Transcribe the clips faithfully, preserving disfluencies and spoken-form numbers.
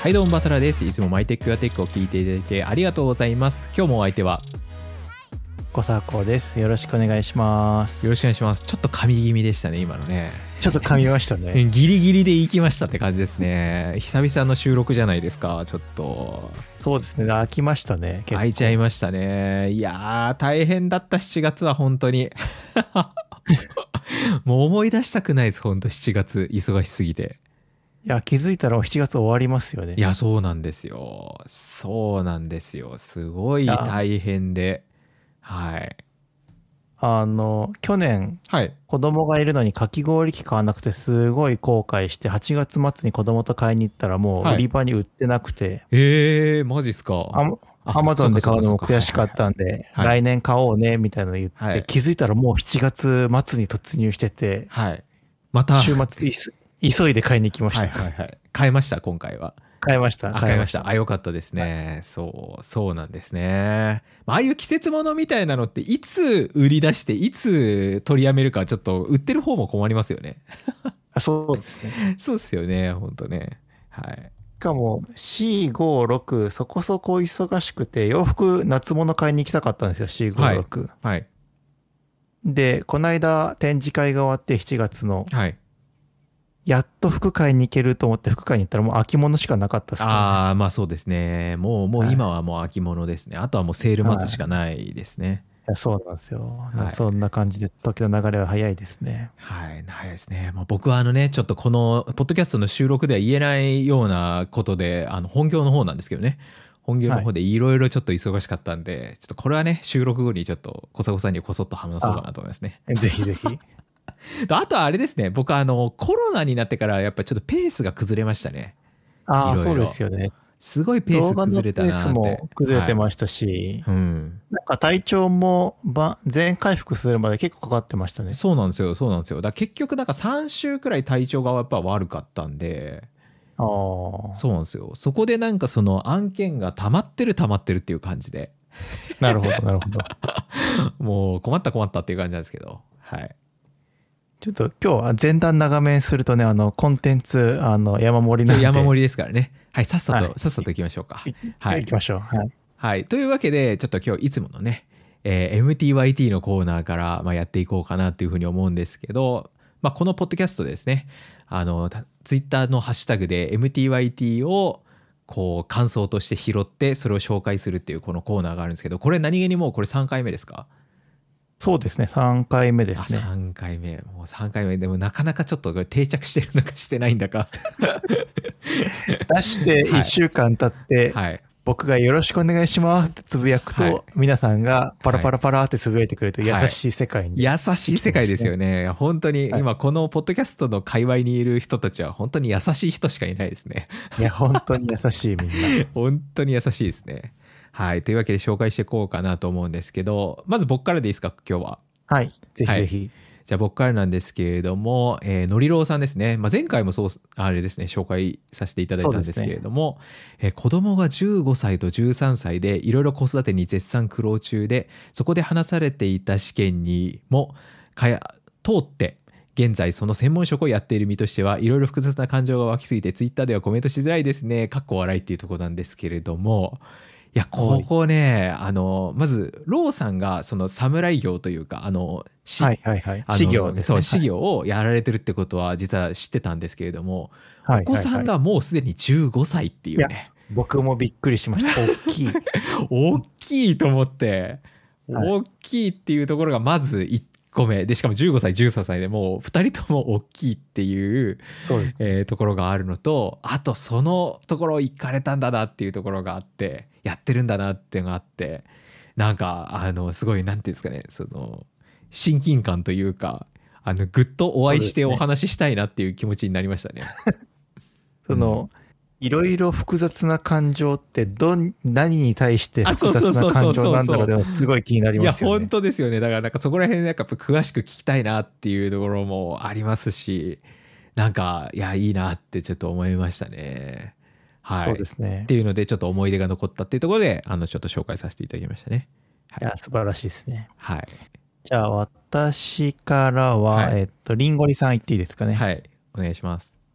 はいどうもバサラです。いつもマイテックやテックを聞いていただいてありがとうございます。今日もお相手は小坂です。よろしくお願いします。 よろしくお願いします。ちょっと噛み気味でしたね今のね。 ちょっと噛みましたね。 ギリギリで行きましたって感じですね。久々の収録じゃないですか。ちょっとそうですね、飽きましたね。結構開いちゃいましたね。いやー大変だったしちがつは本当にもう思い出したくないです本当しちがつ忙しすぎて。 いや気づいたらしちがつ終わりますよね。 いやそうなんですよ。そうなんですよ。すごい大変で、はい。 あの去年、 はい、 子供がいるのにかき氷機買わなくてすごい後悔して、はちがつ末に子供と買いに行ったらもう売り場に売ってなくて、はい、 えーマジっすか。 アマゾンで買うのも悔しかったんで、来年買おうねみたいなの言って、はい、気づいたらもうしちがつ末に突入してて、 はい、また週末急いで買いに行きました。 はいはいはい。買いました今回は。 買いました。 買いました。あ、よかったですね。はい、そう、そうなんですね。ああいう季節ものみたいなのっていつ売り出していつ取りやめるかちょっと売ってる方も困りますよね。 あ、そうですね。 そうですよね。本当ね。はい。 しかも よん、ご、ろく そこそこ忙しくて洋服夏物買いに行きたかったんですよ。よん、ご、ろく。 はい。はい、 で、この間展示会が終わってしちがつの。 はい。 やっと服買いに行けると思って服買いに行ったらもう秋物しかなかったですからね。 ああ、まあそうですね。もう、もう今はもう秋物ですね。はい、あとはもうセール待つしかないですね。 はい、いやそうなんですよ。はい、そんな感じで時の流れは早いですね。 はい、早いですね。まあ、僕はあのね、ちょっとこのポッドキャストの収録では言えないようなことで、あの本業の方なんですけどね。本業の方でいろいろちょっと忙しかったんで、はい、ちょっとこれはね、収録後にちょっと小佐さんにこそっと話そうかなと思いますね。 ぜひぜひ。 あとはあれですね、僕はあのコロナになってからやっぱりちょっとペースが崩れましたね。 ああ、そうですよね。 すごいペース崩れたなって。 動画のペースも崩れてましたし、はい、うん、なんか体調も全回復するまで結構かかってましたね。 そうなんですよ、そうなんですよ。だから結局なんかさん週くらい体調がやっぱ悪かったんで、 ああ、 そうなんですよ。そこでなんかその案件が溜まってる溜まってるっていう感じで。 なるほどなるほど。 もう困った困ったっていう感じなんですけど、はい。 ちょっと今日は前段長めにするとね、あのコンテンツあの山盛りなんで。 山盛りですからね。はい、さっさと、 はい、 さっさと行きましょうか。 はい、行きましょう。はい。 はい、というわけでちょっと今日いつものね、えー、エムティーワイティー のコーナーから、まあ、やっていこうかなっていうふうに思うんですけど、まあ、このポッドキャストですね、あのツイッターのハッシュタグで エムティーワイティー をこう感想として拾ってそれを紹介するっていうこのコーナーがあるんですけど、これ何気にもうこれさんかいめですか？ そうですね、さんかいめですね。 さんかいめ、もうさんかいめでもなかなかちょっと定着してるのかしてないんだか出していっしゅうかん経って、はい、僕がよろしくお願いしますってつぶやくと、はい、皆さんがパラパラパラってつぶやいてくれると優しい世界に、 はい、優しい世界ですよね。本当に今このポッドキャストの界隈にいる人たちは本当に優しい人しかいないですね。 いや本当に優しいみんな。 本当に優しいですね。はい、というわけで紹介していこうかなと思うんですけど、まず僕からでいいですか今日は。 はい、ぜひぜひ。 はい、じゃあ僕からなんですけれども、えー、のりろうさんですね、まあ、前回もそうあれですね紹介させていただいたんですけれども、ねえー、子供がじゅうごさいとじゅうさんさいでいろいろ子育てに絶賛苦労中で、そこで話されていた試験にもかや通って現在その専門職をやっている身としてはいろいろ複雑な感情が湧きすぎてツイッターではコメントしづらいですね、かっこ笑いっていうところなんですけれども、いやここね、あのまずローさんがその侍業というかあのはいはいはい、事業ですね。 そう、事業をやられてるってことは実は知ってたんですけれども、はい、お子さんがもうすでにじゅうごさいっていうね。はいはいはい、 僕もびっくりしました。大きい大きいと思って、はい、大きいっていうところがまずいっこめで、しかもじゅうごさいじゅうさんさいでもうふたりとも大きいっていう、そうです、えー、ところがあるのと、あとそのところ行かれたんだなっていうところがあって、やってるんだなっていうのがあって、なんかあのすごいなんていうんですかね、その親近感というか、あのぐっとお会いしてお話ししたいなっていう気持ちになりましたね。 その、うん、いろいろ複雑な感情ってど何に対して複雑な感情なんだろうってすごい気になりますよね。 いや本当ですよね。だからなんかそこら辺なんか詳しく聞きたいなっていうところもありますし、なんかいやいいなってちょっと思いましたね。はい。 そうですね。 っていうのでちょっと思い出が残ったっていうところであのちょっと紹介させていただきましたね。 はい、いや素晴らしいですね。 はい。 じゃあ私からは、はい、えっとりんごりさん言っていいですかね。 はい、お願いします。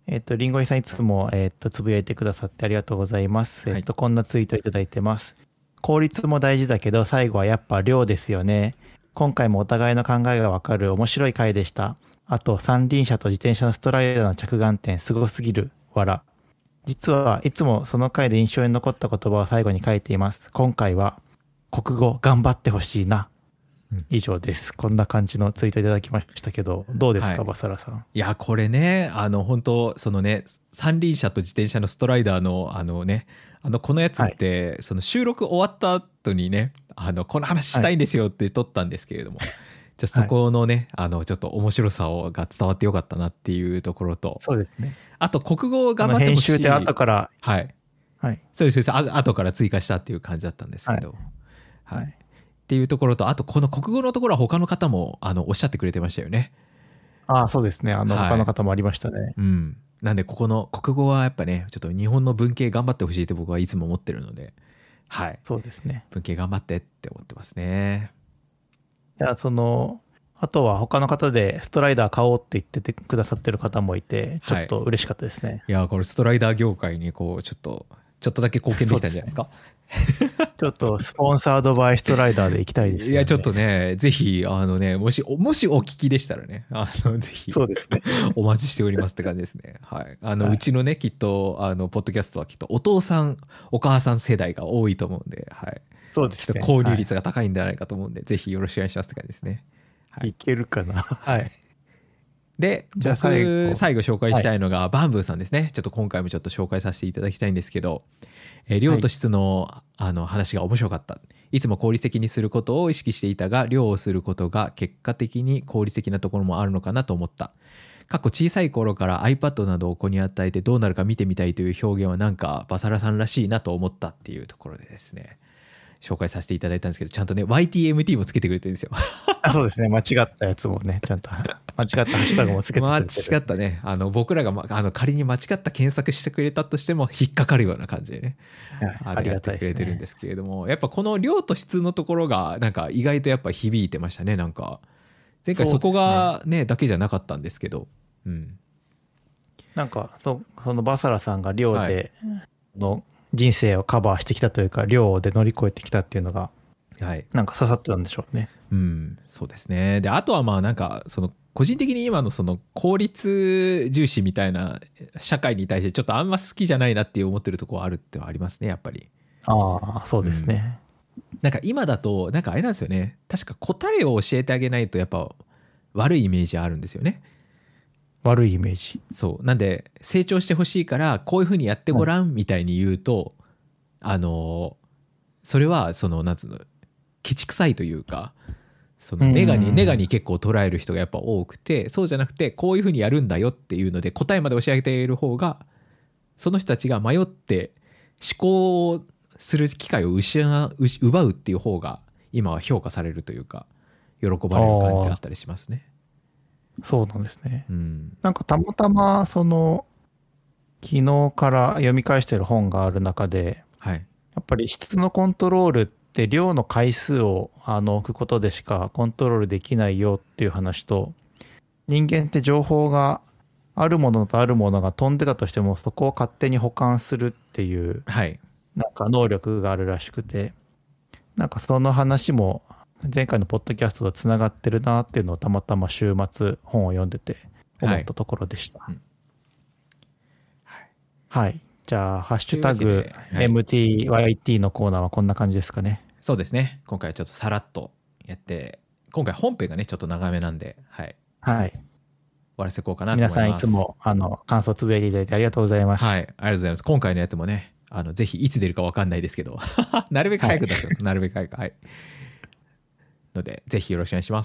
えっと、リンゴリさんいつも、えっと、つぶやいてくださってありがとうございます。 はい、 えっと、こんなツイートいただいてます。効率も大事だけど、最後はやっぱ量ですよね。今回もお互いの考えがわかる面白い回でした。あと、三輪車と自転車のストライダーの着眼点、すごすぎる。わら。実はいつもその回で印象に残った言葉を最後に書いています。今回は、国語頑張ってほしいな。以上です。こんな感じのツイートいただきましたけど、どうですか、はい、バサラさん。 いや、これね、あの、本当そのね、三輪車と自転車のストライダーの、あのね、あの、このやつって、はい、その収録終わった後にね、あの、この話したいんですよって撮ったんですけれども、はい、じゃそこのね、はい、あの、ちょっと面白さをが伝わってよかったなっていうところと、 そうですね。 あと、国語頑張ってほしい。 編集で後から。 はい。 はい。 そうです、そうです。後から追加したっていう感じだったんですけど、はい。はい、っていうところと、あとこの国語のところは他の方もあのおっしゃってくれてましたよね。 ああ、そうですね。あの、はい、他の方もありましたね。 うん。なんでここの国語はやっぱね、ちょっと日本の文系頑張ってほしいって僕はいつも思ってるので、はい。 そうですね。 文系頑張ってって思ってますね。 いや、その、あとは他の方でストライダー買おうって言っててくださってる方もいて、ちょっと嬉しかったですね。はい、 いや、これストライダー業界にこう、ちょっと、ちょっとだけ貢献できたんじゃないですか。 ちょっとスポンサードバイストライダーで行きたいですよね。 いや、ちょっとね、ぜひ、あのね、もし、もしお聞きでしたらね、あの、ぜひ、 そうですね。 お待ちしておりますって感じですね。はい。あの、はい、うちのね、きっと、あの、ポッドキャストはきっと、お父さん、お母さん世代が多いと思うんで、はい。 そうですね。 購入率が高いんじゃないかと思うんで、はい、ぜひよろしくお願いしますって感じですね。 はい、いけるかな。はい。 で、じゃあ最後、最後紹介したいのが、はい、バンブーさんですね。ちょっと今回もちょっと紹介させていただきたいんですけど、えー、量と質の、はい、あの話が面白かった。いつも効率的にすることを意識していたが、量をすることが結果的に効率的なところもあるのかなと思った。過去小さい頃から iPad などを子に与えてどうなるか見てみたいという表現はなんかバサラさんらしいなと思ったっていうところでですね、紹介させていただいたんですけど、ちゃんとね ワイティーエムティー もつけてくれてるんですよ。 あ、そうですね。間違ったやつもね、ちゃんと間違ったハッシュタグもつけてくれてる。 間違ったね、あの僕らが、ま、あの仮に間違った検索してくれたとしても引っかかるような感じでね、 はい、ありがたいですね。 やってくれてるんですけれども、やっぱこの量と質のところがなんか意外とやっぱ響いてましたね。なんか前回そこが ね, ねだけじゃなかったんですけど、うん、 なんか そ, そのバサラさんが量での人生をカバーしてきたというか、量で乗り越えてきたっていうのが、はい、なんか刺さってたんでしょうね。 うん、そうですね。で、あとはまあなんかその個人的に今のその効率重視みたいな社会に対してちょっとあんま好きじゃないなっていう思ってるところあるってはありますね、やっぱり。 ああ、そうですね、 うん。なんか今だとなんかあれなんですよね。確か答えを教えてあげないとやっぱ悪いイメージあるんですよね。 悪いイメージ。 そうなんで成長してほしいからこういうふうにやってごらんみたいに言うと、はい、あのそれはそのなんつうのケチくさいというか、そのネガにネガに結構捉える人がやっぱ多くて、そうじゃなくてこういうふうにやるんだよっていうので答えまで教えている方が、その人たちが迷って思考する機会を失う奪うっていう方が今は評価されるというか喜ばれる感じであったりしますね。 そうなんですね、 うん、 なんかたまたまその昨日から読み返してる本がある中で、はい、やっぱり質のコントロールって量の回数をあの置くことでしかコントロールできないよっていう話と、人間って情報があるものとあるものが飛んでたとしてもそこを勝手に保管するっていう、はい、なんか能力があるらしくて、なんかその話も前回のポッドキャストとつながってるなっていうのをたまたま週末本を読んでて思ったところでした。はい、はいはい、じゃあハッシュタグ エムティーワイティー のコーナーはこんな感じですかね。 そうですね。今回はちょっとさらっとやって、今回本編がねちょっと長めなんで、はい、 はい、 終わらせていこうかなと思います。 皆さんいつもあの感想つぶやいていただいてありがとうございます。 はい、ありがとうございます。今回のやつもね、あのぜひいつ出るか分かんないですけどなるべく早く出します、はい、なるべく早く、はい、のでぜひよろしくお願いします。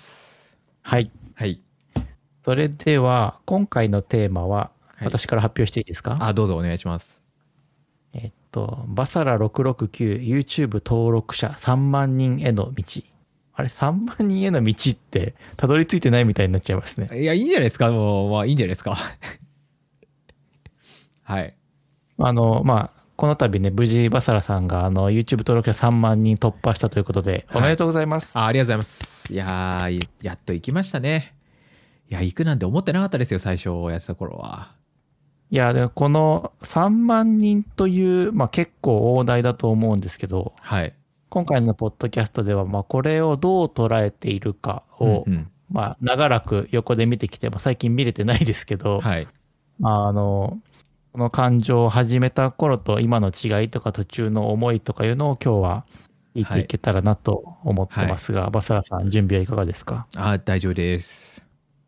はい、 はい、 それでは今回のテーマは私から発表していいですか？はい、 あ、どうぞお願いします。 えっとバサラろくろくきゅう YouTube 登録者さんまんにんへの道。あれさんまんにんへの道ってたどり着いてないみたいになっちゃいますね。 いや、いいんじゃないですか。もうまあいいんじゃないですかはい、あのまあこの度ね、無事バサラさんがあの YouTube 登録者さんまんにん突破したということで、おめでとうございます。 はい、あ, ありがとうございます。いやー、やっと行きましたね。いや、行くなんて思ってなかったですよ、最初やってた頃は。 いや、でもこのさんまん人という、まあ結構大台だと思うんですけど、 はい。 今回のポッドキャストでは、まあこれをどう捉えているかを、 うんうん、 まあ長らく横で見てきて、まあ、最近見れてないですけど、 はい。 あの、この感情を始めた頃と今の違いとか途中の思いとかいうのを今日は言っていけたらなと思ってますが、はい、バサラさん準備はいかがですか？ あ、大丈夫です。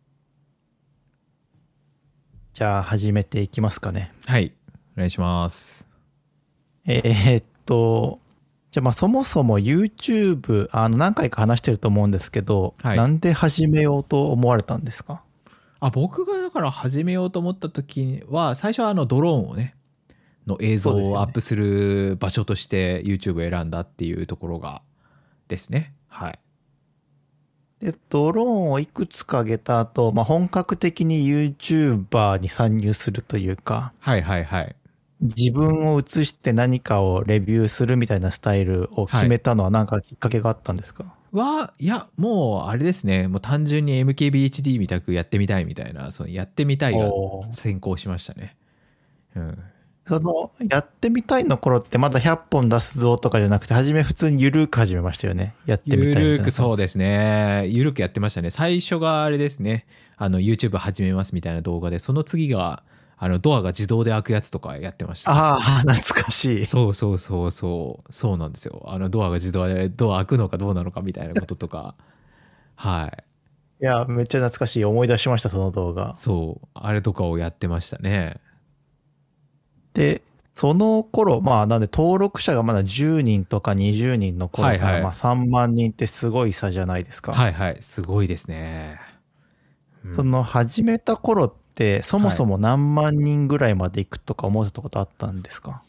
じゃあ始めていきますかね。 はい、お願いします。 えー、っと、じゃあまあそもそも YouTube、あの何回か話してると思うんですけど、はい、なんで始めようと思われたんですか？ あ、僕がだから始めようと思った時は、最初はあのドローンをね、の映像をアップする場所として YouTube を選んだっていうところがですね。はい。 で、ドローンをいくつか上げた後、まあ、本格的に YouTuber に参入するというか、 はいはいはい。 自分を映して何かをレビューするみたいなスタイルを決めたのは何かきっかけがあったんですか？ は、いや、もうあれですね。もう単純に エムケービーエイチディー みたくやってみたいみたいな、そのやってみたいが先行しましたね。うん。 その、やってみたいの頃ってまだひゃっぽん出すぞとかじゃなくて、初め普通にゆるく始めましたよね。やってみたいみたいな。 ゆるく、そうですね。ゆるくやってましたね。最初があれですね。あの、YouTube 始めますみたいな動画で、その次が、あの、ドアが自動で開くやつとかやってました、ね。 ああ、懐かしい。 そうそうそうそう。そうなんですよ。あの、ドアが自動で、ドア開くのかどうなのかみたいなこととか。はい。 いや、めっちゃ懐かしい。思い出しました、その動画。 そう。あれとかをやってましたね。 で、その頃、まあ、なんで登録者がまだじゅうにんとかにじゅうにんの頃から、はいはい、まあさんまん人ってすごい差じゃないですか。 はいはい。すごいですね。 うん、その始めた頃って、そもそも何万人ぐらいまで行くとか思ってたことあったんですか？はい、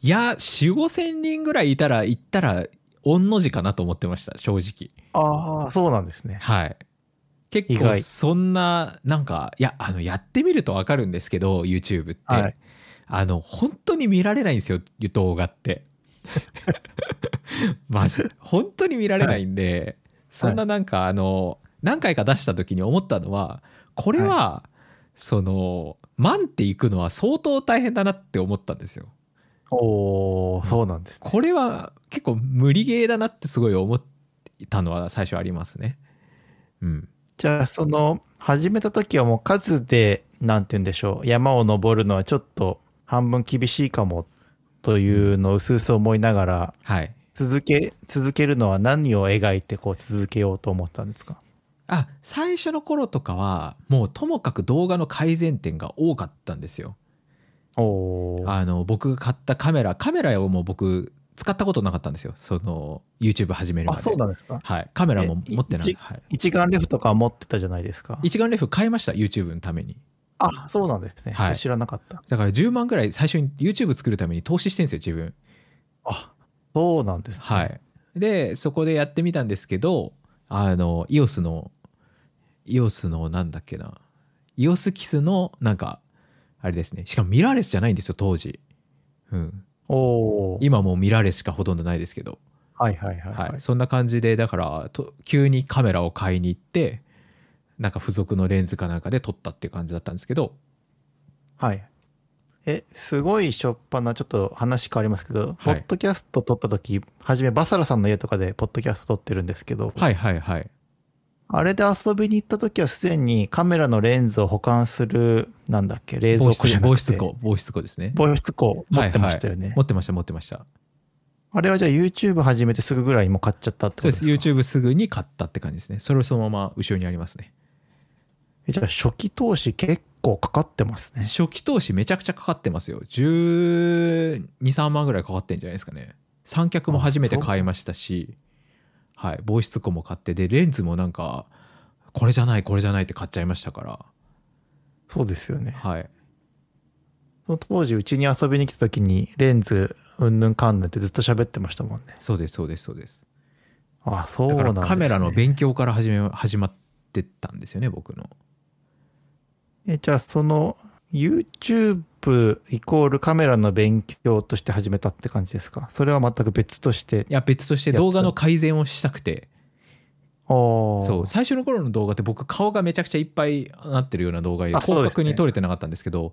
いや、よん、ごせん人ぐらいいたら、行ったら、御の字かなと思ってました、正直。 ああ、そうなんですね。 はい。結構、そんな、なんか、いや、あの、やってみるとわかるんですけど、YouTube って。はい、あの、本当に見られないんですよ、動画って。マジ。本当に見られないんで、はい、そんななんか、あの、何回か出した時に思ったのは、これは、はい、その、万っていくのは相当大変だなって思ったんですよ。 おー、そうなんですね。 これは結構無理ゲーだなってすごい思ったのは最初ありますね。うん。 じゃあ、その、始めた時はもう数で、なんて言うんでしょう、山を登るのはちょっと半分厳しいかもというのをうすうす思いながら、はい。続け、続けるのは何を描いてこう続けようと思ったんですか？ あ、最初の頃とかは、もうともかく動画の改善点が多かったんですよ。 おあの、僕が買ったカメラ、カメラをもう僕、使ったことなかったんですよ。その YouTube 始めるまで。 あ、そうなんですか？ はい。カメラも持ってない。はい、 一眼レフとか持ってたじゃないですか。 一眼レフ買いました、YouTube のために。 あ、そうなんですね。はい、知らなかった。 だからじゅうまんぐらい最初に YouTube 作るために投資してるんですよ、自分。 あ、そうなんですね。 はい。で、そこでやってみたんですけど、あの、イオス の、イオス のなんだっけな、イオス キスのなんか、あれですね。しかもミラーレスじゃないんですよ、当時。うん。 お今もうミラーレスしかほとんどないですけど。 はいはいはい、はい、 はい。そんな感じで、だからと、急にカメラを買いに行って、なんか付属のレンズかなんかで撮ったっていう感じだったんですけど。 はい。え、すごいしょっぱな、ちょっと話変わりますけど、はい、ポッドキャスト撮った時、はじめバサラさんの家とかでポッドキャスト撮ってるんですけど、 はいはいはい。 あれで遊びに行った時はすでにカメラのレンズを保管する、なんだっけ、冷蔵庫じゃなくて。 防湿庫、防湿庫ですね。 防湿庫持ってましたよね。はいはい、 持ってました、持ってました。 あれはじゃあ YouTube 始めてすぐぐらいにもう買っちゃったってことですか？ そうです。YouTube すぐに買ったって感じですね。それをそのまま後ろにありますね。 え、じゃあ初期投資結構かかってますね。 初期投資めちゃくちゃかかってますよ。じゅうに、さんまんぐらいかかってんじゃないですかね。三脚も初めて買いましたし、はい、防湿庫も買って、で、レンズもなんか、これじゃない、これじゃないって買っちゃいましたから。 そうですよね。 はい。 その当時、うちに遊びに来た時に、レンズ、うんぬんかんぬんってずっと喋ってましたもんね。 そうです、そうです、そうです。 あ、そうなんですね。 だからカメラの勉強から始め、始まってったんですよね、僕の。 え、じゃあ、その、YouTube イコールカメラの勉強として始めたって感じですか？それは全く別として。いや、別として動画の改善をしたくて。 そう、 最初の頃の動画って僕顔がめちゃくちゃいっぱいなってるような動画で広角に撮れてなかったんですけど、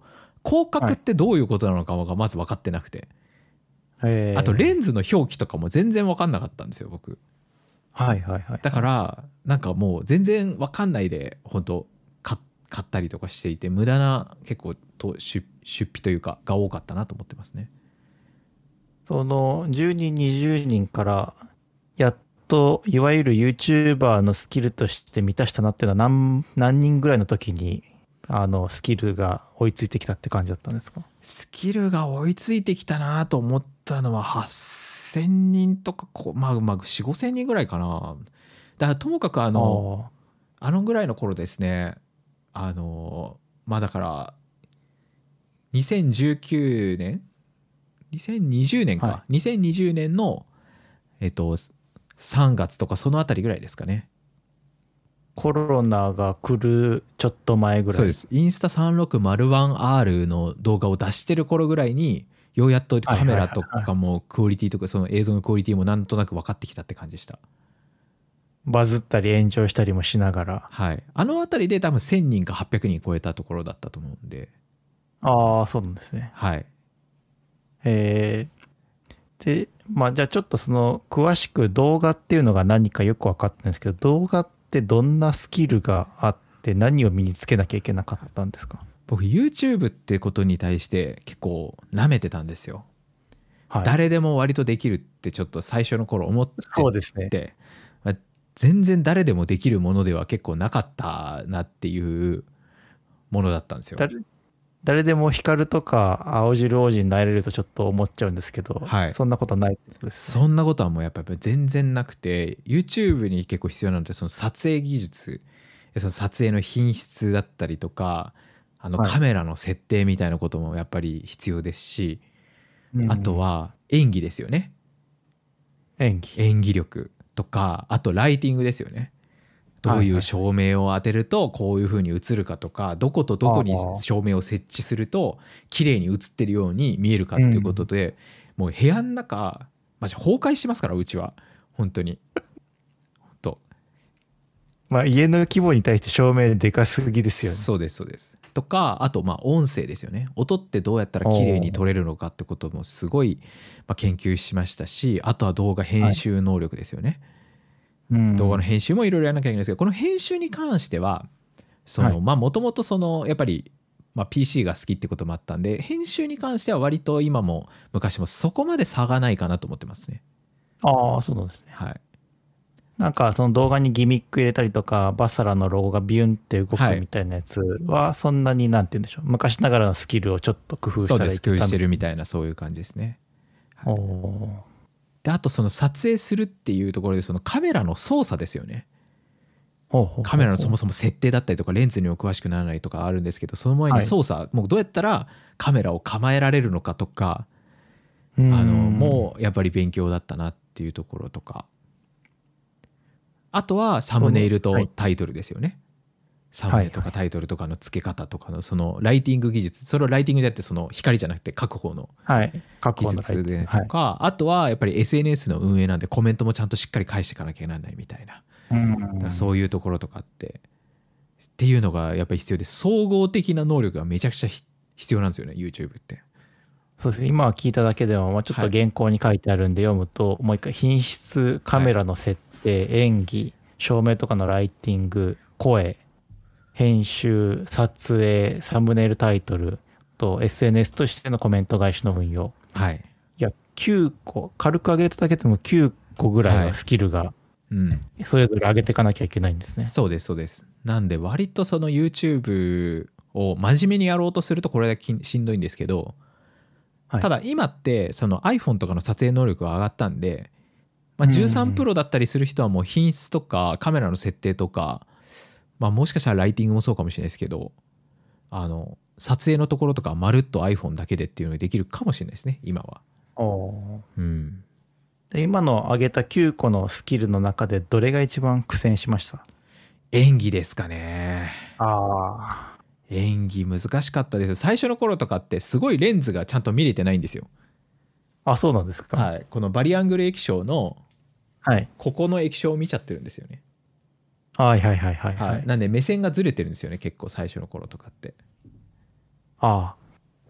広角ってどういうことなのかがまず分かってなくて、 はい、 あとレンズの表記とかも全然分かんなかったんですよ僕。 はいはいはい。 だからなんかもう全然分かんないで本当買ったりとかしていて、無駄な結構と出費というかが多かったなと思ってますね。 そのじゅうにんにじゅうにんからやっといわゆる YouTuber のスキルとして満たしたなっていうのは何何人ぐらいの時にあのスキルが追いついてきたって感じだったんですか？ スキルが追いついてきたなと思ったのははっせんにんとかこう、まあ、まあよん、ごせんにんぐらいかな。だからともかくあのあのぐらいの頃ですね、あのまあだからにせんじゅうきゅうねんにせんにじゅうねんか、はい、にせんにじゅうねんのえっとさんがつとかそのあたりぐらいですかね。 コロナが来るちょっと前ぐらい。 そうです。インスタ さんろくまるいちアール の動画を出してる頃ぐらいにようやっとカメラとかもクオリティとかその映像のクオリティもなんとなく分かってきたって感じでした。 バズったり炎上したりもしながら。 はい。あのあたりで多分せんにんかはっぴゃくにん超えたところだったと思うんで。 ああ、そうなんですね。 はい。 えー、で、まあじゃあちょっとその詳しく動画っていうのが何かよく分かってないんですけど、動画ってどんなスキルがあって何を身につけなきゃいけなかったんですか？ 僕 YouTube ってことに対して結構舐めてたんですよ。はい、誰でも割とできるってちょっと最初の頃思ってて、 そうですね。 まあ、全然誰でもできるものでは結構なかったなっていうものだったんですよ。 誰誰でも光とか青汁王子になれるとちょっと思っちゃうんですけど、はい、そんなことはないです、 ね、そんなことはもうやっぱり全然なくて、 YouTube に結構必要なのってその撮影技術、その撮影の品質だったりとか、あのカメラの設定みたいなこともやっぱり必要ですし、はい、あとは演技ですよね。 演技演技力とか、あとライティングですよね。どういう照明を当てるとこういう風に映るかとか、どことどこに照明を設置すると綺麗に映ってるように見えるかっていうことで、もう部屋の中マジ崩壊しますから、うちは本当にと、 まあ家の規模に対して照明でかすぎですよね。 そうですそうです。とか、あとまあ音声ですよね。音ってどうやったら綺麗に撮れるのかってこともすごいまあ研究しましたし、あとは動画編集能力ですよね。はい、動画の編集もいろいろやらなきゃいけないんですけど、この編集に関してはその、はい、まあもともとそのやっぱり、まあ、ピーシー が好きってこともあったんで、編集に関しては割と今も昔もそこまで差がないかなと思ってますね。 ああ、そうなんですね。 はい。 なんかその動画にギミック入れたりとか、バサラのロゴがビュンって動くみたいなやつはそんなになんて言うんでしょう、昔ながらのスキルをちょっと工夫したらいけたみたいな。そうです、工夫してるみたいな、そういう感じですね。はい、おで、あとその撮影するっていうところでそのカメラの操作ですよね。カメラのそもそも設定だったりとかレンズにも詳しくならないとかあるんですけど、その前に操作、はい、もうどうやったらカメラを構えられるのかとか、あのもうやっぱり勉強だったなっていうところとか、あとはサムネイルとタイトルですよね。はい、サムネとかタイトルとかの付け方とかのそのライティング技術、それをライティングじゃなくてその光じゃなくて書く方の技術でとか、あとはやっぱり エスエヌエス の運営なんでコメントもちゃんとしっかり返していかなきゃならないみたいな、だからそういうところとかってっていうのがやっぱり必要で、総合的な能力がめちゃくちゃ必要なんですよね YouTube って。 そうですね、今聞いただけでも、まあ、ちょっと原稿に書いてあるんで読むと、はい、もう一回品質、カメラの設定、はい、演技、照明とかのライティング、声、編集、撮影、サムネイルタイトルと エスエヌエス としてのコメント返しの運用、 はい、 いやきゅうこ、軽く上げただけでもきゅうこぐらいはスキルが、はい、うん、それぞれ上げていかなきゃいけないんですね。 そうですそうです。なんで割とその YouTube を真面目にやろうとするとこれだけしんどいんですけど、はい、ただ今ってその iPhone とかの撮影能力が上がったんで、まあ、じゅうさんプロだったりする人はもう品質とかカメラの設定とか、まあ、もしかしたらライティングもそうかもしれないですけど、あの撮影のところとかまるっと iPhone だけでっていうのができるかもしれないですね今は。 お、 うん、 で今の挙げたきゅうこのスキルの中でどれが一番苦戦しました？ 演技ですかね。 ああ、 演技難しかったです。最初の頃とかってすごいレンズがちゃんと見れてないんですよ。 あ、そうなんですか。 はい、このバリアングル液晶の、 はい、 ここの液晶を見ちゃってるんですよね。 はいはいはいはい、はい、 なんで目線がずれてるんですよね結構最初の頃とかって。 ああ、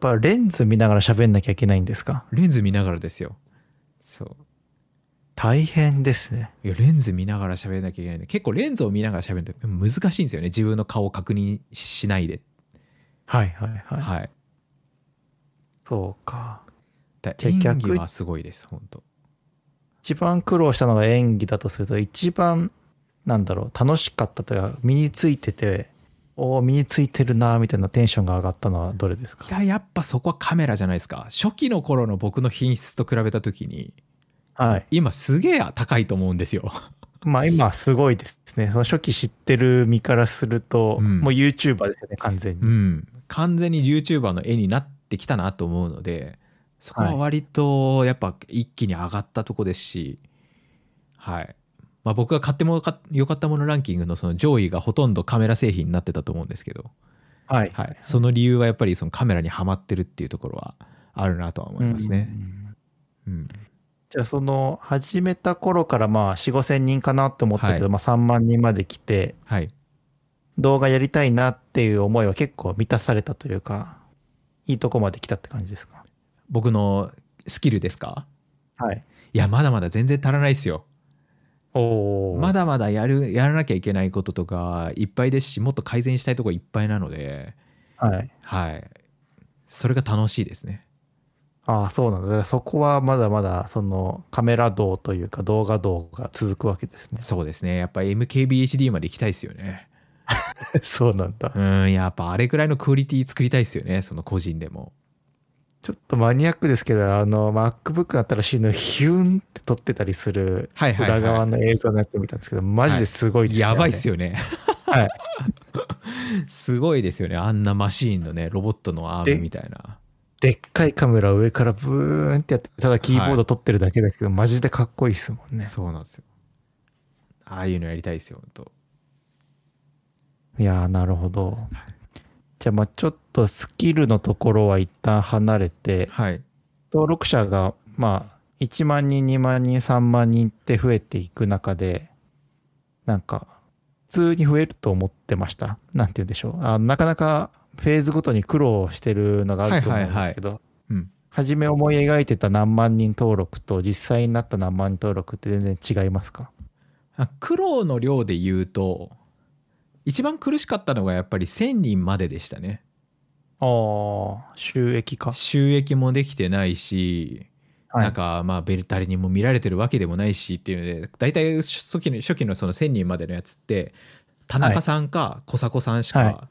ぱレンズ見ながら喋んなきゃいけないんですか？ レンズ見ながらですよ。そう。 大変ですね。 いやレンズ見ながら喋らなきゃいけないんで、結構レンズを見ながら喋ると難しいんですよね。自分の顔を確認しないで。 はいはいはい。 はい。 そうか。 だ演技はすごいです本当。 一番苦労したのが演技だとすると、一番なんだろう楽しかったというか身についてて、お身についてるなみたいなテンションが上がったのはどれですか？ いややっぱそこはカメラじゃないですか。初期の頃の僕の品質と比べた時に、 はい、 今すげえ高いと思うんですよ。 まあ今すごいですね。その初期知ってる身からすると、うん、もう YouTuber ですよね完全に、 うん、完全に YouTuber の絵になってきたなと思うので、そこは割とやっぱ一気に上がったとこですし、はい、まあ、僕が買ってもよかったものランキングのその上位がほとんどカメラ製品になってたと思うんですけど、 はいはい、その理由はやっぱりそのカメラにはまってるっていうところはあるなとは思いますね。うん、うん、 じゃあその始めた頃からまあよん、ごせんにんかなって思ったけど、はい、まあさんまんにんまで来て、はい、動画やりたいなっていう思いは結構満たされたというか、いいとこまで来たって感じですか？ 僕のスキルですか？ はい。 いやまだまだ全然足らないですよ。 おまだまだやるやらなきゃいけないこととかいっぱいですし、もっと改善したいところいっぱいなので、 はいはい、それが楽しいですね。 ああそうなんだ。そこはまだまだそのカメラ道というか動画道が続くわけですね。 そうですね。やっぱり エムケービーエイチディー まで行きたいですよね。 そうなんだ。 うんやっぱあれくらいのクオリティ作りたいですよね、その個人でも。 ちょっとマニアックですけど、あの MacBook 新しいのヒュンって撮ってたりする裏側の映像のやつ見たんですけど、マジですごいですね、 はい、やばいっすよね。 はい。 すごいですよね。あんなマシーンのね、ロボットのアームみたいな。 でっかいカメラを上からブーンってやって、ただキーボード撮ってるだけだけど、はい、マジでかっこいいっすもんね。 そうなんですよ。ああいうのやりたいですよ、本当。 いやー、なるほど。じゃあ、まあちょっとスキルのところは一旦離れて、はい、登録者が、まあいちまんにん、にまんにん、さんまんにんって増えていく中で、なんか、普通に増えると思ってました。なんて言うんでしょう。あなかなかフェーズごとに苦労してるのがあると思うんですけど、初め思い描いてた何万人登録と実際になった何万人登録って全然違いますか？ 苦労の量で言うと、一番苦しかったのがやっぱりせんにんまででしたね。 ああ、収益か。 収益もできてないし、はい、なんかまあ誰にも見られてるわけでもないしっていうので、大体初期の初期のそのせんにんまでのやつって田中さんか小迫さんしか、はい、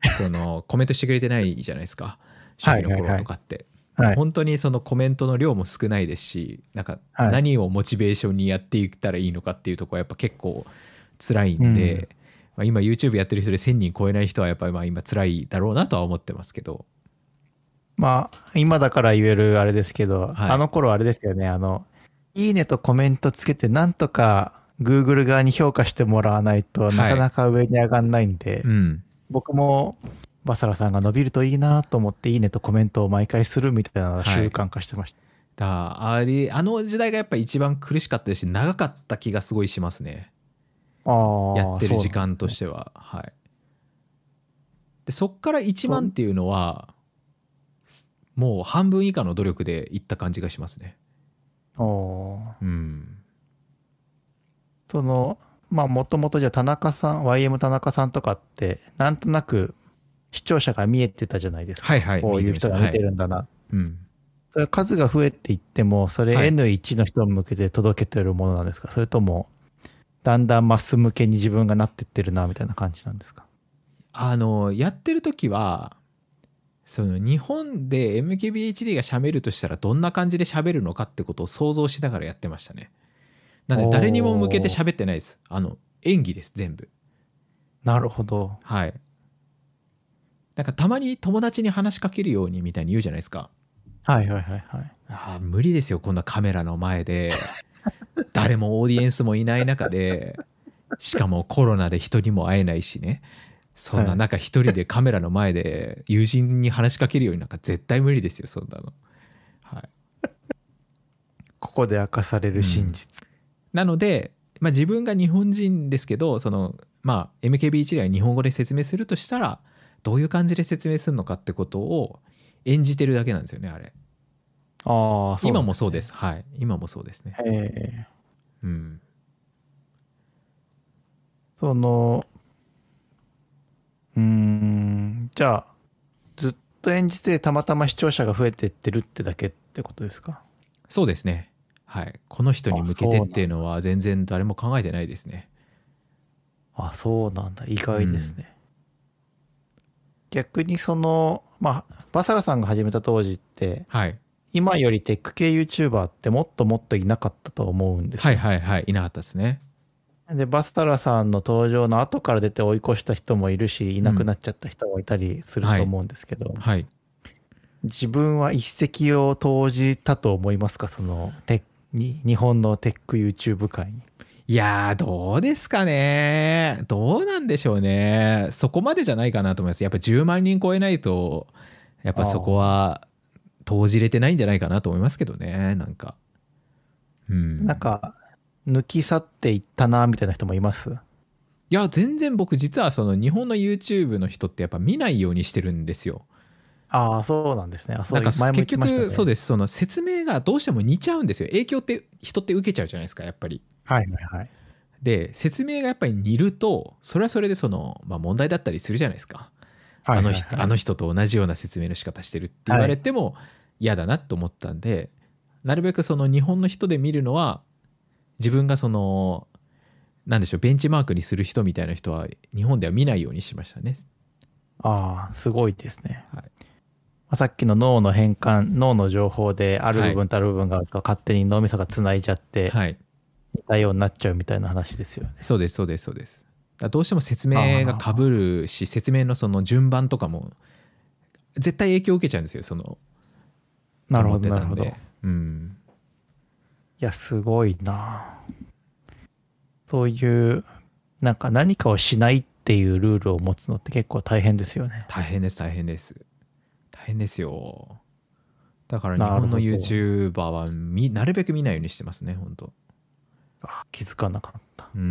そのコメントしてくれてないじゃないですか、初期の頃とかって。はいはいはい、本当にそのコメントの量も少ないですし、なんか何をモチベーションにやっていったらいいのかっていうところはやっぱ結構辛いんで、うん、まあ、今 YouTube やってる人でせんにん超えない人はやっぱりまあ今辛いだろうなとは思ってますけど、 まあ今だから言えるあれですけど、はい、あの頃あれですよね、あのいいねとコメントつけてなんとか Google 側に評価してもらわないとなかなか上に上がんないんで、はい、うん、僕もバサラさんが伸びるといいなと思っていいねとコメントを毎回するみたいな習慣化してました。 はい、だあれあの時代がやっぱり一番苦しかったですし長かった気がすごいしますね。 あやってる時間としては、はい。でそっからいちまんっていうのはもう半分以下の努力でいった感じがしますね。 ああ、うん。そのまあもともとじゃあ田中さん ワイエム 田中さんとかってなんとなく視聴者が見えてたじゃないですか。はいはい。こういう人が見てるんだな。はい、うん。それ数が増えていってもそれ エヌワン の人に向けて届けてるものなんですか、はい、それともだんだんマス向けに自分がなってってるなみたいな感じなんですか？ あのやってる時はその日本で エムケービーエイチディー が喋るとしたらどんな感じで喋るのかってことを想像しながらやってましたね。なので誰にも向けて喋ってないです。あの演技です全部。 なるほど。 はい。なんかたまに友達に話しかけるようにみたいに言うじゃないですか。 はいはいはいはい。 ああ無理ですよこんなカメラの前で誰もオーディエンスもいない中で、しかもコロナで人にも会えないしね、そんな中一人でカメラの前で友人に話しかけるようになんか絶対無理ですよそんなの。はい。 ここで明かされる真実。 うん、なので、まあ、自分が日本人ですけどそのまあ エムケービーエイチディー は日本語で説明するとしたらどういう感じで説明するのかってことを演じてるだけなんですよねあれ。 ああ、そうなんですね。 今もそうです。はい。今もそうですね。 へえ。 うん。 その、うーん、じゃあ、ずっと演じてたまたま視聴者が増えてってるってだけってことですか？ そうですね。はい。この人に向けてっていうのは全然誰も考えてないですね。 あ、そうなんだ。意外ですね。うん、逆にその、まあ、バサラさんが始めた当時って、 はい。 今よりテック系 YouTuber ってもっともっといなかったと思うんですよ。 はいはいはい。いなかったですね。 で、バサラさんの登場の後から出て追い越した人もいるし、いなくなっちゃった人もいたりすると思うんですけど、 うん、はい。はい、 自分は一石を投じたと思いますか？そのテに日本のテック YouTube 界に。 いやー、どうですかね。どうなんでしょうね。そこまでじゃないかなと思います。やっぱじゅうまんにん超えないと、やっぱそこは投じれてないんじゃないかなと思いますけどね。なんか。うん。 なんか、抜き去っていったな、みたいな人もいます？ いや、全然僕実はその日本の YouTube の人ってやっぱ見ないようにしてるんですよ。 ああ、そうなんですね。あ、そう、 なんか前も言っ結てましたね。 局そうです。その説明がどうしても似ちゃうんですよ。影響って人って受けちゃうじゃないですか、やっぱり。 はいはいはい。 で、説明がやっぱり似ると、それはそれでその、まあ、問題だったりするじゃないですか。 はいはいはい、 あの人、あの人と同じような説明の仕方してるって言われても嫌だなと思ったんで、はい、なるべくその日本の人で見るのは、自分がその、なんでしょう、ベンチマークにする人みたいな人は日本では見ないようにしましたね。 ああ、すごいですね。 はい、 さっきの脳の変換、脳の情報である部分とある部分があると勝手に脳みそがつないじゃって、はい、似たようになっちゃうみたいな話ですよね。 そうですそうですそうです。だどうしても説明が被るし、説明のその順番とかも絶対影響を受けちゃうんですよ、その。 なるほどなるほど。 うん。 いや、すごいな。そういうなんか何かをしないっていうルールを持つのって結構大変ですよね。 大変です大変です。大変ですよ。だから日本の YouTuber はみなるべく見ないようにしてますね、本当。 あ、気づかなかった。 うん。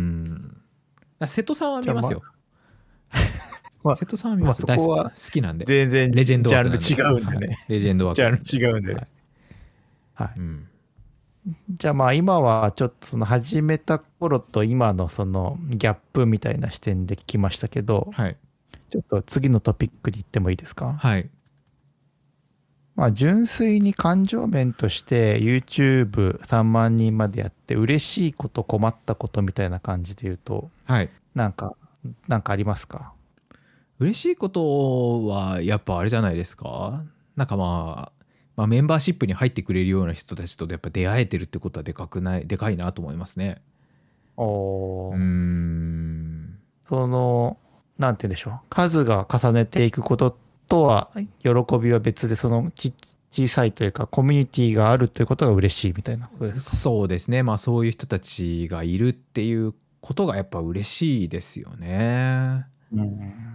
瀬戸さんは見ますよ。 まあ、 瀬戸さんは見ます。 まあ、そこは好きなんで。 全然レジェンドジャンル違うんでね。 はい、レジェンド枠。 ジャンル違うんで。はい。はい、うん、じゃあまあ今はちょっとその始めた頃と今のそのギャップみたいな視点で聞きましたけど、 はい、 ちょっと次のトピックに行ってもいいですか？ はい。 まあ純粋に感情面として YouTubeさんまんにんまでやって嬉しいこと困ったことみたいな感じで言うと、 はい、 なんかなんかありますか？ 嬉しいことはやっぱあれじゃないですか。なんかまあ、まあ、メンバーシップに入ってくれるような人たちとやっぱ出会えてるってことはでかくないでかいなと思いますね。 おー。 うーん。 そのなんて言うんでしょう、数が重ねていくこととは喜びは別で、そのち小さいというかコミュニティがあるということが嬉しいみたいなことですか？ そうですね。まあそういう人たちがいるっていうことがやっぱ嬉しいですよね。うん、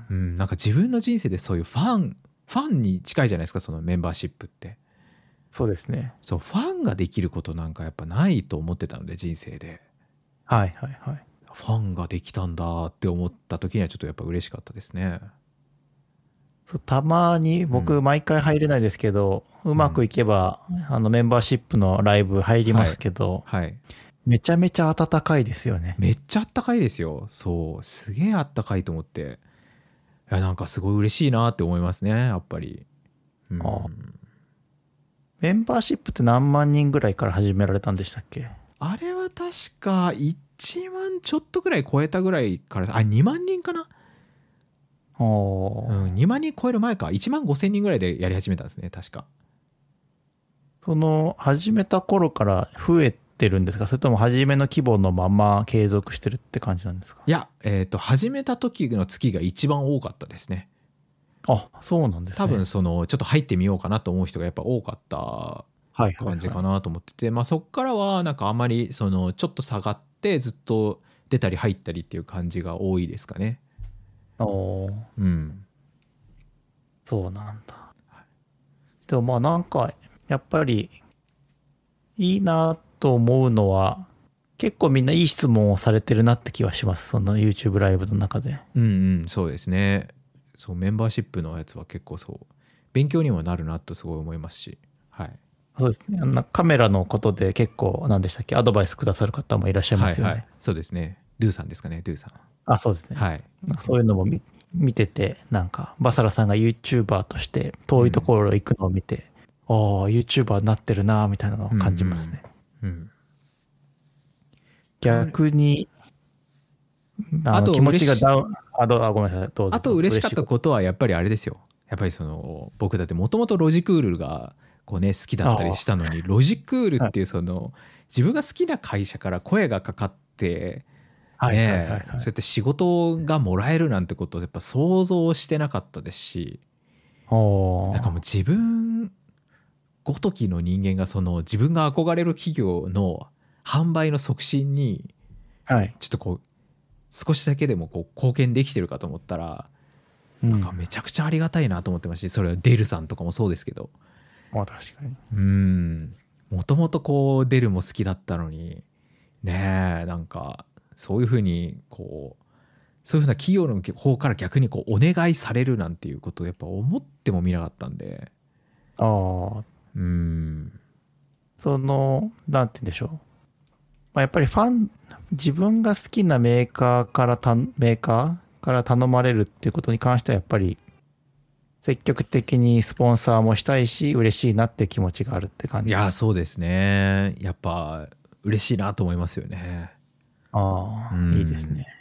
うん、なんか自分の人生でそういうファンファンに近いじゃないですか、そのメンバーシップって。 そうですね。 そう、ファンができることなんかやっぱないと思ってたので、人生で。 はいはいはい。 ファンができたんだって思った時にはちょっとやっぱ嬉しかったですね。 そうたまに僕毎回入れないですけど、うん、うまくいけば、うん、あのメンバーシップのライブ入りますけど、はい、はい、めちゃめちゃ温かいですよね。 めっちゃ温かいですよ。そう、すげえ温かいと思って、いやなんかすごい嬉しいなって思いますね、やっぱり。うん、あメンバーシップって何万人ぐらいから始められたんでしたっけ？ あれは確かいちまんちょっとぐらい超えたぐらいから、あ、にまんにんかな。 おー、 うん、にまんにん超える前か。いちまんごせんにんぐらいでやり始めたんですね、確か。 その始めた頃から増えてるんですか？それとも初めの規模のまま継続してるって感じなんですか？ いや、えっと始めた時の月が一番多かったですね。 あ、そうなんですね。 多分そのちょっと入ってみようかなと思う人がやっぱ多かった感じかなと思ってて、はいはいはい、まあそっからはなんかあまりそのちょっと下がってずっと出たり入ったりっていう感じが多いですかね。 おー、 うん、 そうなんだ。はい、でもまあなんかやっぱりいいなと思うのは、結構みんないい質問をされてるなって気はします。その YouTube ライブの中で。 うんうん、そうですね。 そうメンバーシップのやつは結構そう勉強にもなるなとすごい思いますし、はい、 そうですね。あのカメラのことで結構何でしたっけ、アドバイスくださる方もいらっしゃいますよね。はいはい、 そうですね。ドゥさんですかね、ドゥさん。 あ、そうですね。 はい。 そういうのも 見, 見てて、なんかバサラさんが YouTuber として遠いところ行くのを見て、うん、ああ YouTuber になってるなみたいなのを感じますね。うんうんうん、逆にあの気持ちがダウン、あ、どう、あ、ごめんなさい、どうぞ。 あと嬉しかったことはやっぱりあれですよ。やっぱりその僕だってもともとロジクールがこうね好きだったりしたのに、ロジクールっていうその自分が好きな会社から声がかかってね、そうやって仕事がもらえるなんてことをやっぱ想像してなかったですし、なんかもう自分ごときの人間がその自分が憧れる企業の販売の促進にちょっとこう少しだけでもこう貢献できてるかと思ったら、なんかめちゃくちゃありがたいなと思ってますし、それはデルさんとかもそうですけど、 まあ確かに、 うんもともとこうデルも好きだったのにねえ、なんかそういうふうにこうそういうふうな企業の方から逆にこうお願いされるなんていうことをやっぱ思ってもみなかったんで、 ああ、 うんそのなんて言うんでしょう、まあ、やっぱりファン自分が好きなメーカーからたメーカーから頼まれるっていうことに関してはやっぱり積極的にスポンサーもしたいし嬉しいなって気持ちがあるって感じです。 いやそうですね、やっぱ嬉しいなと思いますよね。 ああ、うん、いいですね。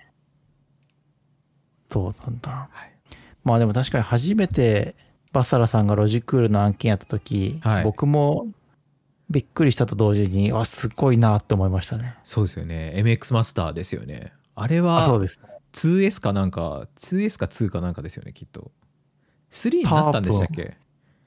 そうなんだ、はい、まあでも確かに初めてバサラさんがロジクールの案件やった時、はい、僕もびっくりしたと同時に、あ、すごいなって思いましたね。 そうですよね。エムエックス マスターですよね。あれは、 そうですね。 ツーエス かなんか、ツーエス かツーかなんかですよね、きっと。スリーになったんでしたっけ？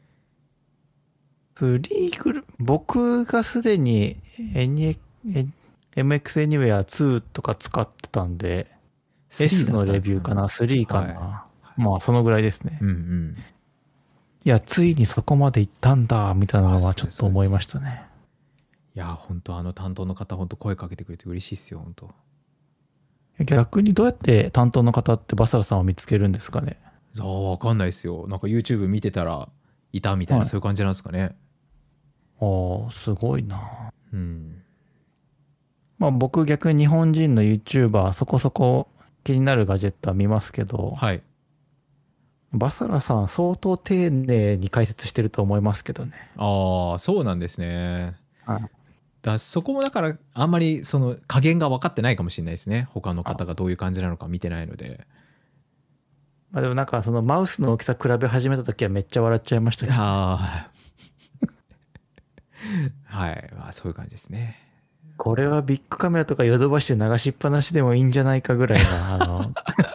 スリーくる、僕がすでに エムエックス Anywhere ツーとか使ってたんで、S のレビューかな、スリーかな。はい、まあ、そのぐらいですね。うんうん。いや、ついにそこまで行ったんだ、みたいなのはちょっと思いましたね。 いや、本当あの担当の方、本当声かけてくれて嬉しいっすよ、本当。 逆にどうやって担当の方ってバサラさんを見つけるんですかね？ ああ、わかんないですよ。なんか YouTube 見てたらいたみたいな、はい、そういう感じなんですかね。 ああ、すごいな。うん。まあ僕逆に日本人の YouTuber そこそこ気になるガジェットは見ますけど、はい。バサラさん相当丁寧に解説してると思いますけどね。 ああ、そうなんですね。 はい。 だそこもだからあんまりその加減が分かってないかもしれないですね。他の方がどういう感じなのか見てないので。 まあでもなんかそのマウスの大きさ比べ始めた時はめっちゃ笑っちゃいましたけど、ね。 ああ。はい、まあ、そういう感じですね。 これはビッグカメラとかヨドバシで流しっぱなしでもいいんじゃないかぐらいな、あの。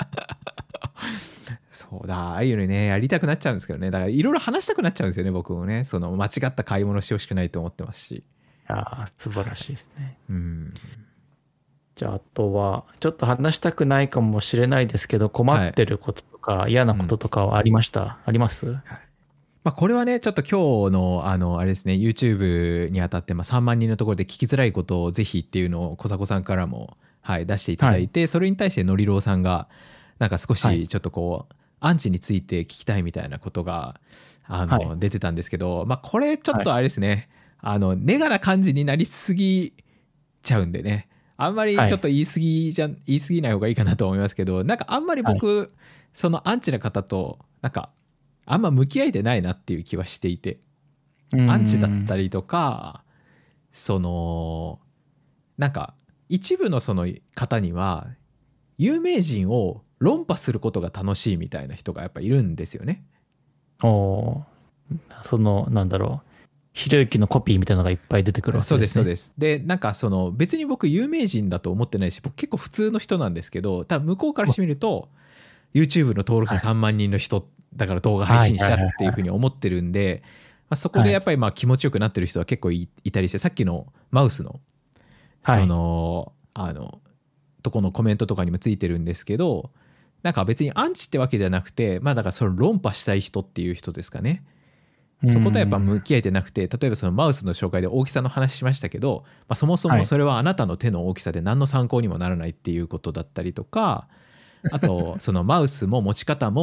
そうだ、ああいうのね、やりたくなっちゃうんですけどね。だからいろいろ話したくなっちゃうんですよね、僕もね。その間違った買い物してほしくないと思ってますし。 ああ、素晴らしいですね。うん。じゃあ、あとは、ちょっと話したくないかもしれないですけど、困ってることとか、はい、嫌なこととかはありました、うん、あります？はい。 まあ、これはね、ちょっと今日の、あの、あれですね、YouTube にあたって、まあ、さんまんにんのところで聞きづらいことをぜひっていうのを、小迫さんからも、はい、出していただいて、はい、それに対してのりろうさんが、なんか少しちょっとこう、はい、アンチについて聞きたいみたいなことが、あの、はい、出てたんですけど、まあ、これちょっとあれですね、はい、あの、ネガな感じになりすぎちゃうんでね、あんまりちょっと言い過ぎじゃ、はい、言い過ぎない方がいいかなと思いますけど、なんかあんまり僕、はい、そのアンチな方と、なんか、あんま向き合えてないなっていう気はしていて、アンチだったりとか、その、なんか、一部のその方には、有名人を論破することが楽しいみたいな人がやっぱいるんですよね。 おそのなんだろうひろゆきのコピーみたいなのがいっぱい出てくるわけですね。 そうですそうです。でなんかその別に僕有名人だと思ってないし、僕結構普通の人なんですけど、多分向こうからしてみると YouTube の登録者さんまんにんの人だから動画配信者っていうふうに思ってるんで、そこでやっぱりまあ気持ちよくなってる人は結構 い, いたりして、さっきのマウスのその、はい、あのとこのコメントとかにもついてるんですけど、なんか別にアンチってわけじゃなくて、まあだからその論破したい人っていう人ですかね。そことはやっぱ向き合えてなくて、例えばそのマウスの紹介で大きさの話しましたけど、まあ、そもそもそれはあなたの手の大きさで何の参考にもならないっていうことだったりとか、あとそのマウスも持ち方も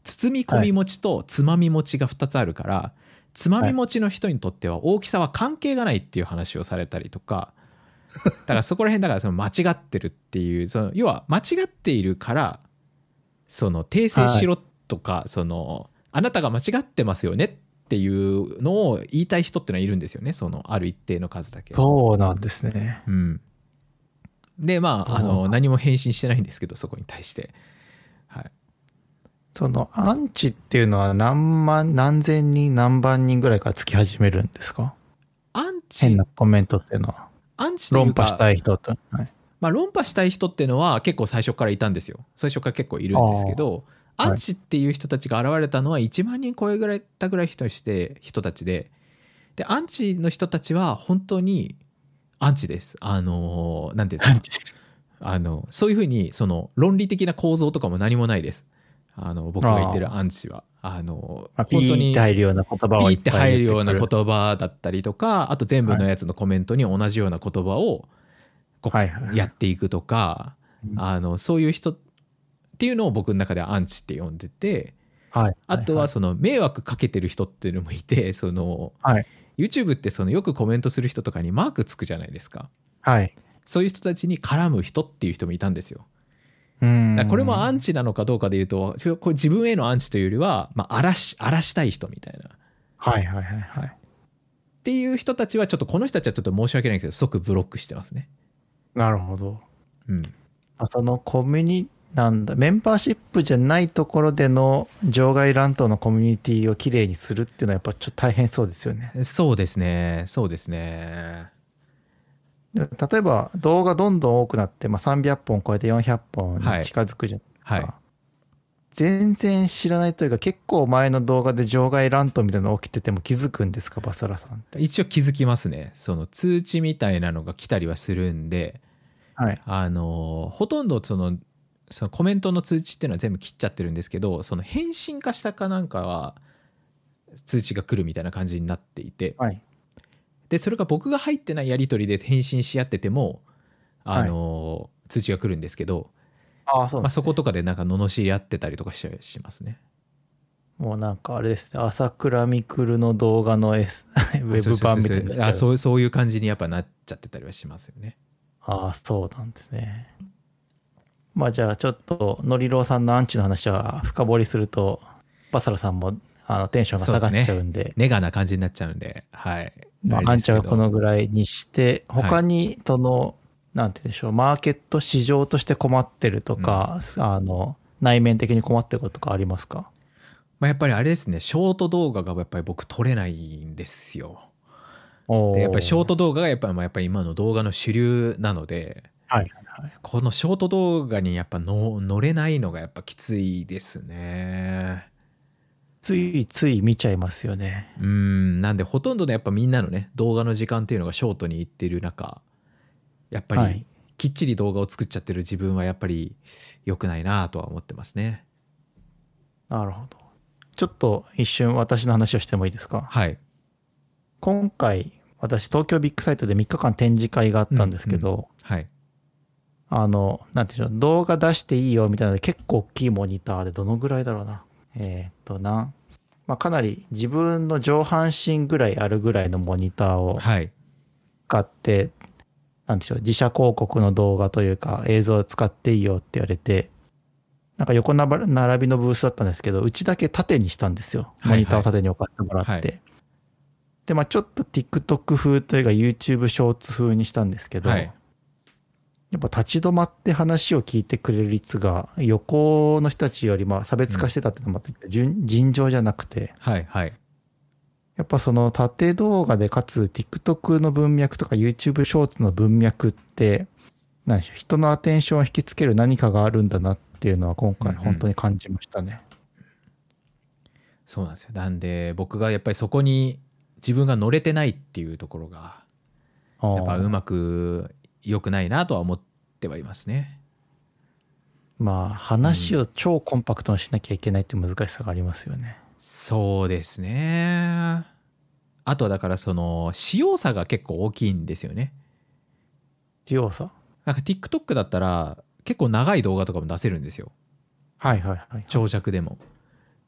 包み込み持ちとつまみ持ちがふたつあるから、はい、つまみ持ちの人にとっては大きさは関係がないっていう話をされたりとか、だからそこら辺だからその間違ってるっていう、その要は間違っているからその訂正しろとか、はい、そのあなたが間違ってますよねっていうのを言いたい人ってのはいるんですよね、そのある一定の数だけ。 そうなんですね。 うん。でまああの何も返信してないんですけど、そこに対して、はい。 そのアンチっていうのは何万何千人何万人ぐらいからつき始めるんですか？ アンチ変なコメントっていうのは。 アンチというか論破したい人と、はい、 まあ、論破したい人っていうのは結構最初からいたんですよ。最初から結構いるんですけど、アンチっていう人たちが現れたのはいちまん人超えぐらいたぐらい人して人たちで、でアンチの人たちは本当にアンチです。あのなんていうんですか、あのそういうふうにその論理的な構造とかも何もないです。あの僕が言ってるアンチはあの本当にピーって入るような言葉をピーって入るような言葉だったりとか、あと全部のやつのコメントに同じような言葉をこうやっていくとか、あのそういう人っていうのを僕の中ではアンチって呼んでて、あとはその迷惑かけてる人っていうのもいて、その YouTube ってそのよくコメントする人とかにマークつくじゃないですか。 はい。 そういう人たちに絡む人っていう人もいたんですよ。だからこれもアンチなのかどうかでいうと、これ自分へのアンチというよりは、まあ、荒らし、荒らしたい人みたいな。 はいはいはいはい。 っていう人たちはちょっとこの人たちはちょっと申し訳ないけど即ブロックしてますね。 なるほど。 うん。 そのコミュニなんだメンバーシップじゃないところでの場外乱闘のコミュニティをきれいにするっていうのはやっぱちょっと大変そうですよね。 そうですね。そうですね。 例えば動画どんどん多くなって、まあ、さんびゃっぽん超えてよんひゃっぽんに近づくじゃないですか、はいはい、全然知らないというか結構前の動画で場外乱闘みたいなの起きてても気づくんですか、バサラさんって。 一応気づきますね。その通知みたいなのが来たりはするんで、 はい、 あのほとんどそのそのコメントの通知っていうのは全部切っちゃってるんですけど、その返信かしたかなんかは通知が来るみたいな感じになっていて、 はい、 でそれが僕が入ってないやり取りで返信し合っててもあの、はい、通知が来るんですけど、 ああそうなんですね。まあ、 そことかでなんか罵り合ってたりとかししますね。 もうなんかあれですね、朝倉未来の動画の、S、ウェブ版みたいになっちゃう。あ、 そうそういう感じにやっぱなっちゃってたりはしますよね。 ああそうなんですね。まあじゃあちょっとのりろうさんのアンチの話は深掘りするとバサラさんもあのテンションが下がっちゃうんで、 ね、ネガな感じになっちゃうんで、はい。 まあアンチはこのぐらいにして、他にその、はい、なんて言うんでしょう、マーケット市場として困ってるとか、うん、あの内面的に困ってることとかありますか？ まあ、やっぱりあれですね、ショート動画がやっぱり僕撮れないんですよ。でやっぱりショート動画がやっぱり、まあ、やっぱり今の動画の主流なので、 はいはい、 このショート動画にやっぱの乗れないのがやっぱきついですね。 ついつい見ちゃいますよね。 うん、なんでほとんどのやっぱみんなのね動画の時間っていうのがショートにいってる中、やっぱりきっちり動画を作っちゃってる自分はやっぱり良くないなとは思ってますね。 なるほど。ちょっと一瞬私の話をしてもいいですか？ はい。 今回私東京ビッグサイトでみっかかん展示会があったんですけど、うんうん、 はい。 あのなんていうの、動画出していいよみたいなので結構大きいモニターでどのぐらいだろうな、えー、っとな、まあ、かなり自分の上半身ぐらいあるぐらいのモニターを使って、はい、なんでしょう、自社広告の動画というか映像を使っていいよって言われて、なんか横並びのブースだったんですけど、うちだけ縦にしたんですよ。モニターを縦に置かせてもらって。はいはい、で、まあちょっと TikTok 風というか YouTube ショーツ風にしたんですけど、はい、やっぱ立ち止まって話を聞いてくれる率が横の人たちよりまあ差別化してたっていうのもあって、うん、尋常じゃなくて、 はいはい、 やっぱその縦動画でかつ TikTok の文脈とか YouTube ショーツの文脈って何でしょう、人のアテンションを引きつける何かがあるんだなっていうのは今回本当に感じましたね。 うんうん、そうなんですよ。なんで僕がやっぱりそこに自分が乗れてないっていうところがやっぱうまく良くないなとは思ってはいますね。 まあ話を超コンパクトにしなきゃいけないっていう難しさがありますよね。 うん、そうですね。あとはだからその使用差が結構大きいんですよね。 使用差？ なんか TikTok だったら結構長い動画とかも出せるんですよ。 はいはいはい、はい。 長尺でも。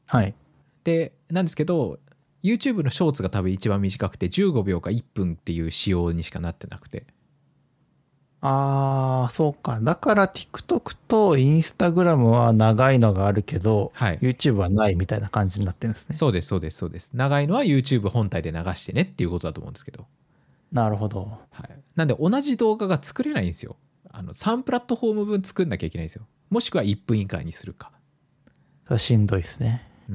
はい。 でなんですけど YouTube のショーツが多分一番短くてじゅうごびょうかいっぷんっていう仕様にしかなってなくて。 ああ、そうか。だから TikTok と Instagram は長いのがあるけど、 はい、 YouTube はないみたいな感じになってるんですね。 そうですそうですそうです。長いのは YouTube 本体で流してねっていうことだと思うんですけど。 なるほど。 はい、なんで同じ動画が作れないんですよ。あのさんプラットフォーム分作んなきゃいけないんですよ。もしくはいっぷん以下にするか。 それしんどいですね。 うん。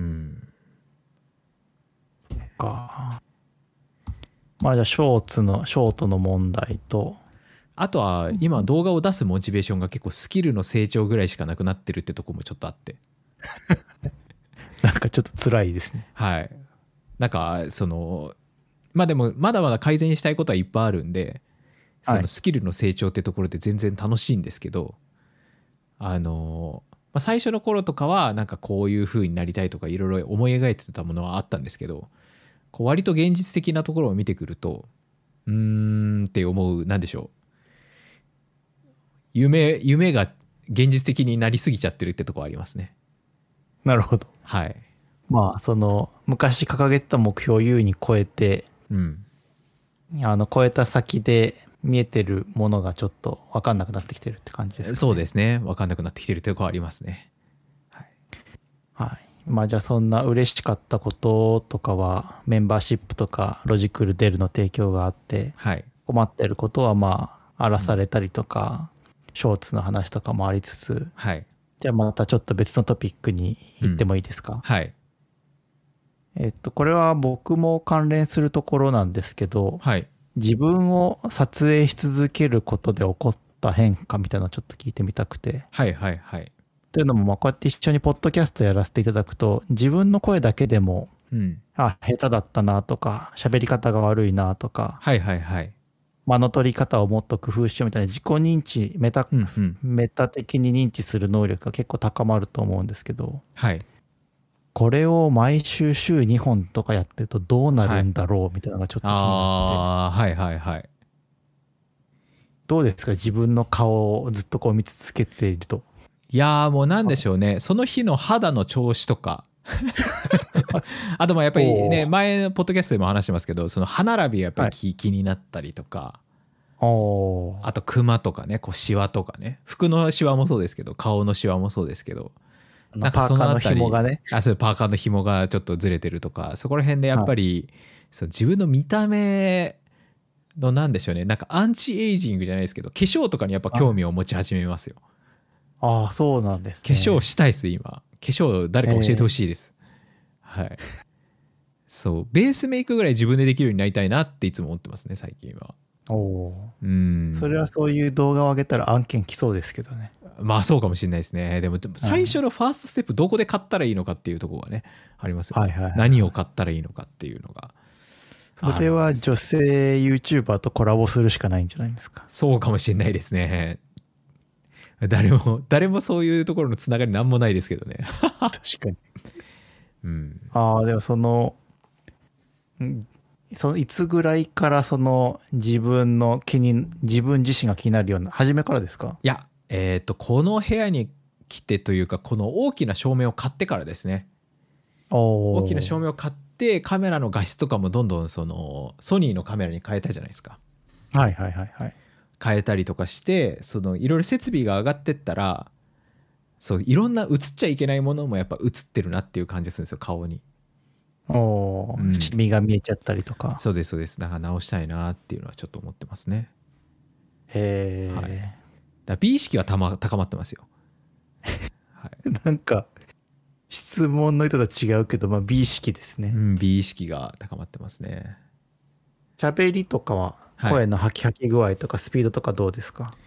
そっか。まあじゃあショーツの、ショートの問題と、 あとは今動画を出すモチベーションが結構スキルの成長ぐらいしかなくなってるってとこもちょっとあって。 なんかちょっと辛いですね。 はい。なんかそのまあでもまだまだ改善したいことはいっぱいあるんで、そのスキルの成長ってところで全然楽しいんですけど、あの、まあ、最初の頃とかはなんかこういう風になりたいとかいろいろ思い描いてたものはあったんですけど、こう割と現実的なところを見てくるとうーんって思う、なんでしょう、夢夢が現実的になりすぎちゃってるってところありますね。 なるほど。 はい。 まあその昔掲げてた目標を優に超えて、 うん、 あの超えた先で見えてるものがちょっと分かんなくなってきてるって感じですかね。 そうですね。分かんなくなってきてるところありますね。はい。 はい。まあじゃあそんな嬉しかったこととかはメンバーシップとかロジクルデルの提供があって、 はい、 困ってることはまあ荒らされたりとか、うん、ショーツの話とかもありつつ、 はい、 じゃあまたちょっと別のトピックに行ってもいいですか？うん、 はい。 えっとこれは僕も関連するところなんですけど、 はい、 自分を撮影し続けることで起こった変化みたいなのをちょっと聞いてみたくて。 はいはいはい。 というのも、まあこうやって一緒にポッドキャストやらせていただくと、自分の声だけでも、 うん、 あ、下手だったなとか、喋り方が悪いなとか、 はいはいはい。 間の取り方をもっと工夫しようみたいな自己認知、メタ、 うんうん、 メタ的に認知する能力が結構高まると思うんですけど、 はい。 これを毎週週にほんとかやってるとどうなるんだろうみたいなのがちょっと気になって。 ああ、はいはいはい。 どうですか、自分の顔をずっとこう見続けていると。 いやーもうなんでしょうね、その日の肌の調子とかあともやっぱりね、前のポッドキャストでも話してますけど、その歯並びがやっぱり気、はい、気になったりとか、あとクマとかね、こうシワとかね、服のシワもそうですけど顔のシワもそうですけど、 なんかそのあたりパーカーの紐がね、 あ、そう、パーカーの紐がちょっとずれてるとか、そこら辺でやっぱり、はい、そう自分の見た目のなんでしょうね、なんかアンチエイジングじゃないですけど、化粧とかにやっぱ興味を持ち始めますよ。 ああ、そうなんですね。 化粧したいです今。化粧誰か教えてほしいです。はい。そうベースメイクぐらい自分でできるようになりたいなっていつも思ってますね最近は。 おお。 うん。 それはそういう動画を上げたら案件来そうですけどね。 まあそうかもしれないですね。でも最初のファーストステップどこで買ったらいいのかっていうところがねありますよね。はいはいはいはい、何を買ったらいいのかっていうのが。 それは女性 YouTuber とコラボするしかないんじゃないですか。 そうかもしれないですね。誰も誰もそういうところのつながりなんもないですけどね。 確かに。 うん、 ああでもそのそのいつぐらいからその自分の気に自分自身が気になるような、初めからですか？ いやえっとこの部屋に来てというか、この大きな照明を買ってからですね。大きな照明を買ってカメラの画質とかもどんどんそのソニーのカメラに変えたじゃないですか。 はいはいはいはい。 変えたりとかして、そのいろいろ設備が上がってったら、そういろんな映っちゃいけないものもやっぱ映ってるなっていう感じするんですよ顔に。 おー、うん、シミが見えちゃったりとか。 そうですそうです。だから直したいなっていうのはちょっと思ってますね。 へえ、はい、 だから美意識はた、ま、高まってますよ。 はい、なんか質問の意図とは違うけど、まあ、美意識ですね。 うん、美意識が高まってますね。 喋りとかは声の吐き吐き具合とかスピードとかどうですか？はい、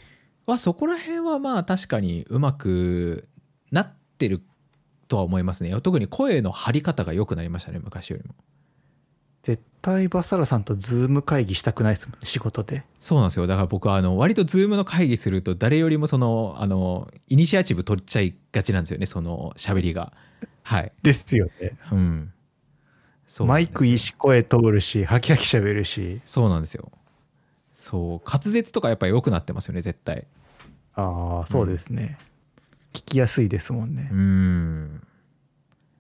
はそこら辺はまあ確かにうまくなってるとは思いますね。特に声の張り方が良くなりましたね、昔よりも。 絶対バサラさんとズーム会議したくないですもん、仕事で。 そうなんですよ。だから僕はあの割とズームの会議すると誰よりもそのあのイニシアチブ取っちゃいがちなんですよね、その喋りが。はい。 ですよね。 うん。 そうマイクいいし声通るしハキハキ喋るし。 そうなんですよ。そう滑舌とかやっぱり良くなってますよね絶対。 ああそうですね、うん、聞きやすいですもんね。 うん。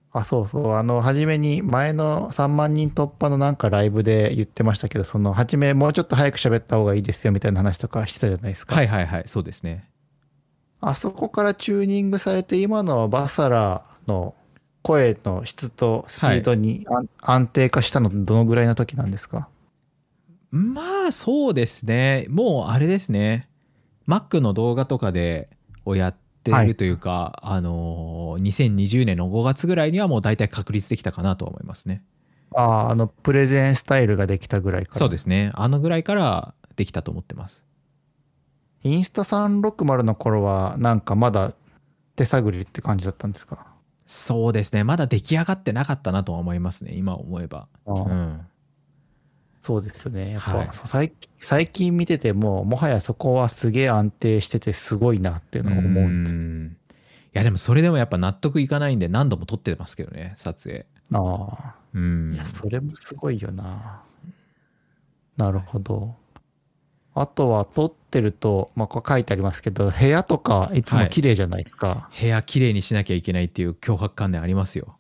あ、そうそう。あの、初めに前のさんまんにん突破のなんかライブで言ってましたけど、その、初めもうちょっと早く喋った方がいいですよみたいな話とかしてたじゃないですか。 はいはいはい、そうですね。 あそこからチューニングされて、今のバサラの声の質とスピードに、はい、安定化したのどのぐらいの時なんですか？ まあそうですね。もうあれですね。Mac の動画とかでをやってるというか、はい、あのにせんにじゅうねんのごがつぐらいにはもう大体確立できたかなと思いますね。 ああ、あのプレゼンスタイルができたぐらいから。 そうですね。あのぐらいからできたと思ってます。 インスタさんびゃくろくじゅうの頃はなんかまだ手探りって感じだったんですか？ そうですね。まだ出来上がってなかったなとは思いますね。今思えば。 ああ、 うん、 そうですよね。やっぱ、 はい、 最近、最近見てても、もはやそこはすげえ安定しててすごいなっていうのを思うんです。 うんいやでもそれでもやっぱ納得いかないんで何度も撮ってますけどね、撮影。 ああ。 うん。 いや、それもすごいよな。なるほど。あとは撮ってると、まあ、これ書いてありますけど、部屋とかいつも綺麗じゃないですか。 はい、部屋綺麗にしなきゃいけないっていう強迫観念ありますよ。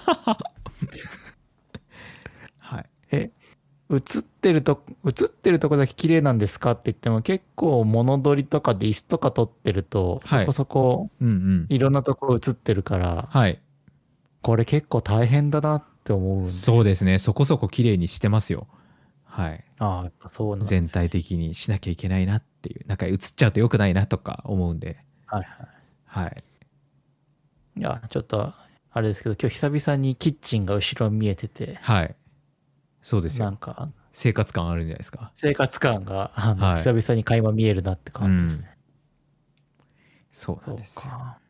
はい。 え、映ってると、映ってるとこだけ綺麗なんですかって言っても、結構物撮りとかで椅子とか撮ってると、そこそこいろんなとこ映ってるから、 はい、 これ結構大変だなって思うんですよ。 そうですね。そこそこ綺麗にしてますよ。はい。 ああ、やっぱそうなんですね。 全体的にしなきゃいけないなっていう、なんか映っちゃうと良くないなとか思うんで。 はいはい。 はい。 いや、ちょっと、あれですけど、今日久々にキッチンが後ろ見えてて。 はい。そうですよ。 なんか、 生活感あるんじゃないですか。 生活感が、あの、はい、久々に垣間見えるなって感じですね。うん、 そうなんですよ。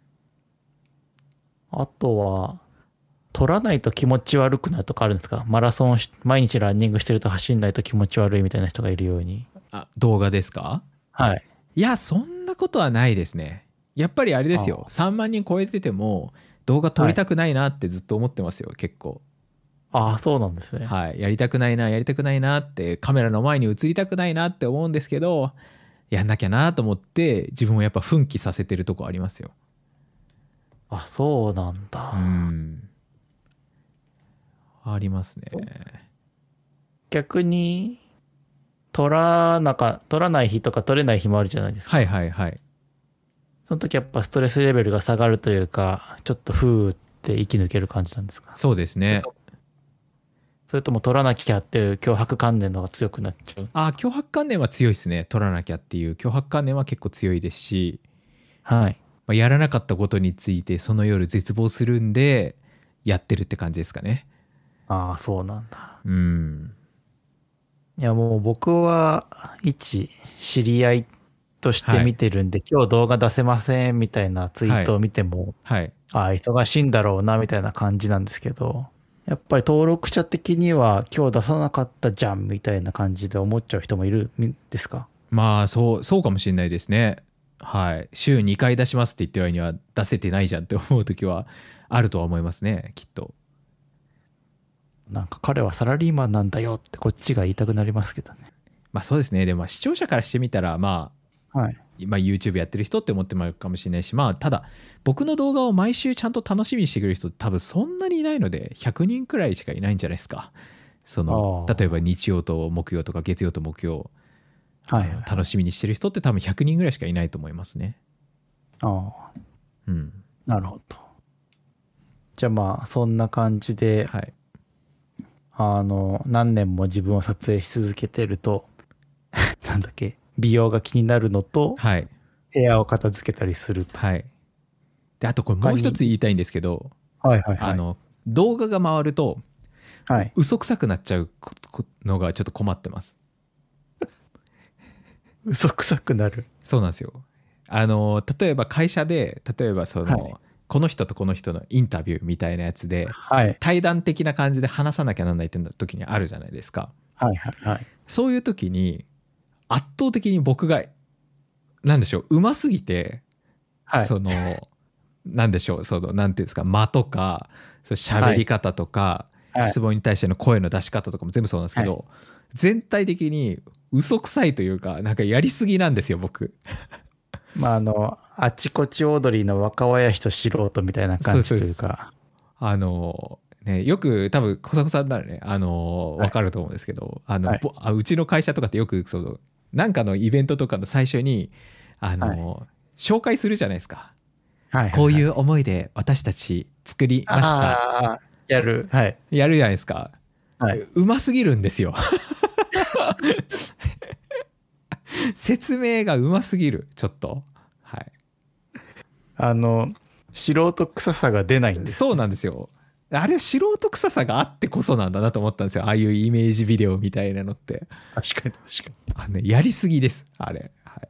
あとは、取らないと気持ち悪くなるとかあるんですか？マラソン毎日ランニングしてると走んないと気持ち悪いみたいな人がいるように。 あ、動画ですか？ はい。 いや、そんなことはないですね。やっぱりあれですよ。さんまんにん超えてても動画撮りたくないなってずっと思ってますよ、はい、結構。 ああ、そうなんですね。 はい。やりたくないな、やりたくないなって、カメラの前に映りたくないなって思うんですけど、やんなきゃなと思って自分をやっぱ奮起させてるとこありますよ。 あ、そうなんだ。 うん。ありますね。 逆に、撮らなか、撮らない日とか撮れない日もあるじゃないですか。 はいはいはい。 その時やっぱストレスレベルが下がるというか、ちょっとふーって息抜ける感じなんですか？ そうですね。 それとも撮らなきゃっていう脅迫観念の方が強くなっちゃう？ ああ、脅迫観念は強いですね。撮らなきゃっていう脅迫観念は結構強いですし、 はい。 まあ、やらなかったことについてその夜絶望するんでやってるって感じですかね。 ああ、そうなんだ。 うん。 いやもう僕は一知り合いとして見てるんで、はい、今日動画出せませんみたいなツイートを見ても、はいはい、ああ忙しいんだろうなみたいな感じなんですけど、やっぱり登録者的には今日出さなかったじゃんみたいな感じで思っちゃう人もいるんですか？ まあそうそうかもしれないですね。はい。週にかい出しますって言ってる割には出せてないじゃんって思う時はあるとは思いますね、きっと。 なんか彼はサラリーマンなんだよってこっちが言いたくなりますけどね。 まあそうですね。でも視聴者からしてみたらまあ、はい、まあ YouTube やってる人って思ってもらうかもしれないし、まあただ僕の動画を毎週ちゃんと楽しみにしてくれる人多分そんなにいないのでひゃくにんくらいしかいないんじゃないですか。その例えば日曜と木曜とか月曜と木曜、はいはいはい、楽しみにしてる人って多分ひゃくにんぐらいしかいないと思いますね。 ああ、 うん、 なるほど。じゃあまあそんな感じで、はい、あの何年も自分を撮影し続けてるとなんだっけ美容が気になるのと、はい、部屋を片付けたりすると。 はい。であとこれもう一つ言いたいんですけど、 はいはいはい、 あの動画が回ると、はい、嘘くさくなっちゃうのがちょっと困ってます。 嘘くさくなる。 そうなんですよ。あの例えば会社で例えばその、はい、この人とこの人のインタビューみたいなやつで、はい、対談的な感じで話さなきゃなんないって時にあるじゃないですか。 はいはいはい。 そういう時に圧倒的に僕がなんでしょううますぎて、はい、そのなんでしょうそのなんていうんですか間とかそ喋り方とか、はい、質問に対しての声の出し方とかも全部そうなんですけど、はい、全体的に嘘くさいというかなんかやりすぎなんですよ僕。 まああのあちこちオードリーの若林と素人みたいな感じというか。 あのね、よく多分小迫さんならね、あのー、分かると思うんですけど、はい、あの、はい、あうちの会社とかってよくそのなんかのイベントとかの最初にあのー、はい、紹介するじゃないですか、はいはいはい、こういう思いで私たち作りました、 あやる、はい、 やるじゃないですか、はい、うますぎるんですよ説明がうますぎる、ちょっと、はい、 あの素人臭さが出ないんです、ね、 そうなんですよ。あれは素人臭さがあってこそなんだなと思ったんですよ。ああいうイメージビデオみたいなのって。 確かに確かに。 あの、ね、やりすぎです、あれ。はい。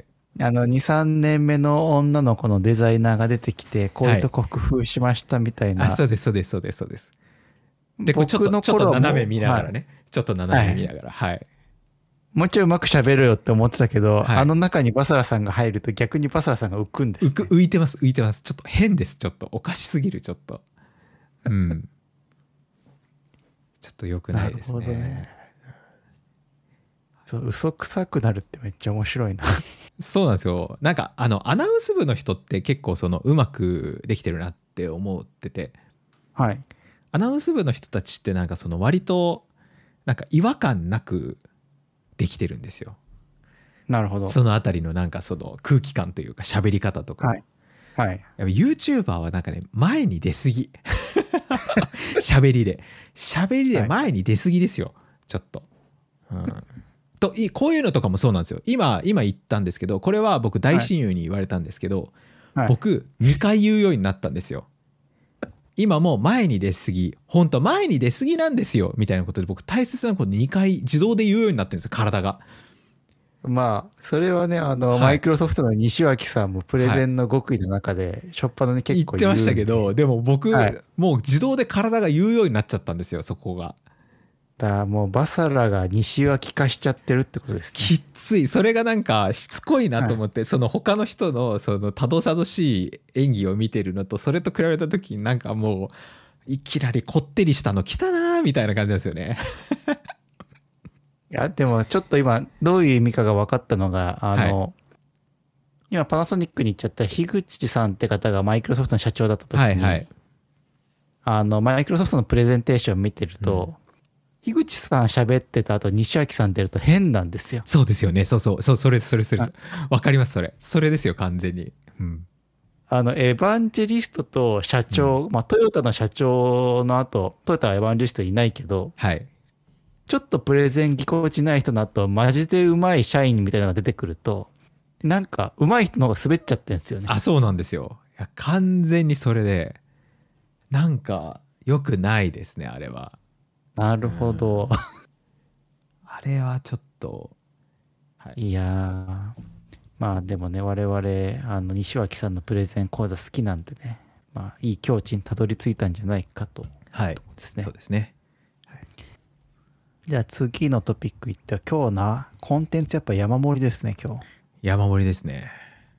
あの、に、さんねんめの女の子のデザイナーが出てきて、こういうとこ工夫しましたみたいな。はい、 あ、そうです、そうです、そうです、そうです。で、これちょっと、ちょっと斜め見ながらね。はい、ちょっと斜め見ながら、はい。はい、 もうちょいうまく喋るよって思ってたけど、はい、あの中にバサラさんが入ると逆にバサラさんが浮くんです、ね。 浮く、浮いてます、浮いてます。ちょっと変です、ちょっと。おかしすぎる、ちょっと。うん。ちょっと良くないですね。なるほどね。 そう、嘘くさくなるってめっちゃ面白いな。 そうなんですよ。なんかあのアナウンス部の人って結構そのうまくできてるなって思ってて、 はい。 アナウンス部の人たちってなんかその割となんか違和感なくできてるんですよ。 なるほど。 そのあたりのなんかその空気感というか喋り方とか。 はい。はい。 やっぱ YouTuber はなんかね前に出すぎ。喋りで喋りで前に出すぎですよ、はい、ちょっと、うん、とこういうのとかもそうなんですよ。今今言ったんですけど、これは僕大親友に言われたんですけど、はい、僕にかい言うようになったんですよ。今もう前に出すぎ、本当前に出すぎなんですよみたいなことで僕大切なことにかい自動で言うようになってるんですよ、体が。 まあそれはね、あの、はい、マイクロソフトの西脇さんもプレゼンの極意の中でしょっぱなに結構言ってましたけど、でも僕、はい、もう自動で体が言うようになっちゃったんですよ、そこが。 だもうバサラが西脇化しちゃってるってことですね。 きつい、それがなんかしつこいなと思って、はい、その他の人のそのたどたどしい演技を見てるのとそれと比べた時になんかもういきなりこってりしたの来たなみたいな感じですよね。 いやでもちょっと今どういう意味かが分かったのが、あの、はい、今パナソニックに行っちゃった樋口さんって方がマイクロソフトの社長だった時に、はいはい、あのマイクロソフトのプレゼンテーション見てると、うん、樋口さん喋ってた後西脇さん出ると変なんですよ。 そうですよね。そうそうそう、それそれそれわかります。それそれですよ完全に。うん、 あのエヴァンジェリストと社長、うん、まあトヨタの社長の後トヨタはエヴァンジェリストいないけど、はい、ちょっとプレゼンぎこちない人の後マジでうまい社員みたいなのが出てくるとなんかうまい人の方が滑っちゃってるんですよね。 あ、そうなんですよ。いや完全にそれでなんか良くないですね、あれは。 なるほど、うん、 あれはちょっと、 はい、いやまあでもね我々あの西脇さんのプレゼン講座好きなんでね、まあいい境地にたどり着いたんじゃないかと、 はい、とですね。そうですね。はい、 じゃあ次のトピックいっては今日なコンテンツやっぱ山盛りですね今日。 山盛りですね。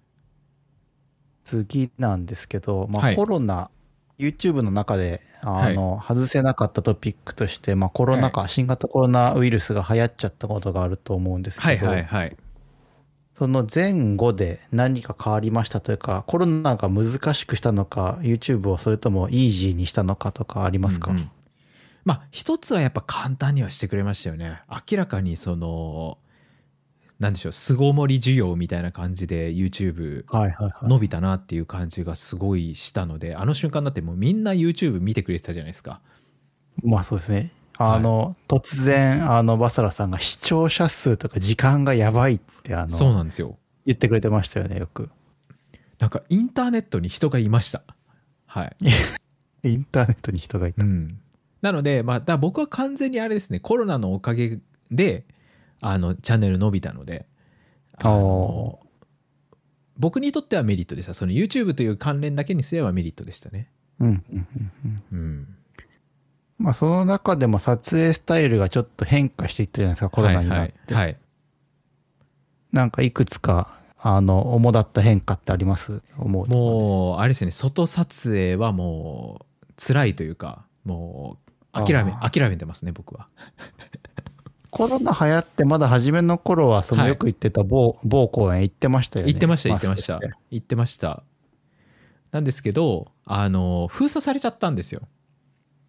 次なんですけど、まあ、はい、コロナ YouTube の中であの、はい、外せなかったトピックとして、まあ、コロナ禍、はい、新型コロナウイルスが流行っちゃったことがあると思うんですけど、はいはいはい、その前後で何か変わりましたというか、コロナが難しくしたのか YouTube をそれともイージーにしたのかとかありますか？ うんうん、まあ一つはやっぱ簡単にはしてくれましたよね。明らかにそのなんでしょう、巣ごもり需要みたいな感じで YouTube 伸びたなっていう感じがすごいしたので、はいはいはい、あの瞬間だってもうみんな YouTube 見てくれてたじゃないですか。 まあそうですね。あの、はい、突然あのバサラさんが視聴者数とか時間がやばいってあのそうなんですよ言ってくれてましたよね、よく。 なんかインターネットに人がいました。はい。 インターネットに人がいた。 うん、なのでまあだ僕は完全にあれですね、コロナのおかげであのチャンネル伸びたので、あの僕にとってはメリットでした。その YouTube という関連だけにすればメリットでしたね。 うんうんうんうん。うん、まあその中でも撮影スタイルがちょっと変化していったじゃないですか、コロナになって。はいはいはい、なんかいくつかあの主だった変化ってあります？思うところで。 もうあれですね、外撮影はもう辛いというか、もう諦め諦めてますね僕は。 コロナ流行ってまだ初めの頃はそのよく行ってた某、はい、某公園行ってましたよね。 行ってました行ってました行ってました。なんですけどあの封鎖されちゃったんですよ。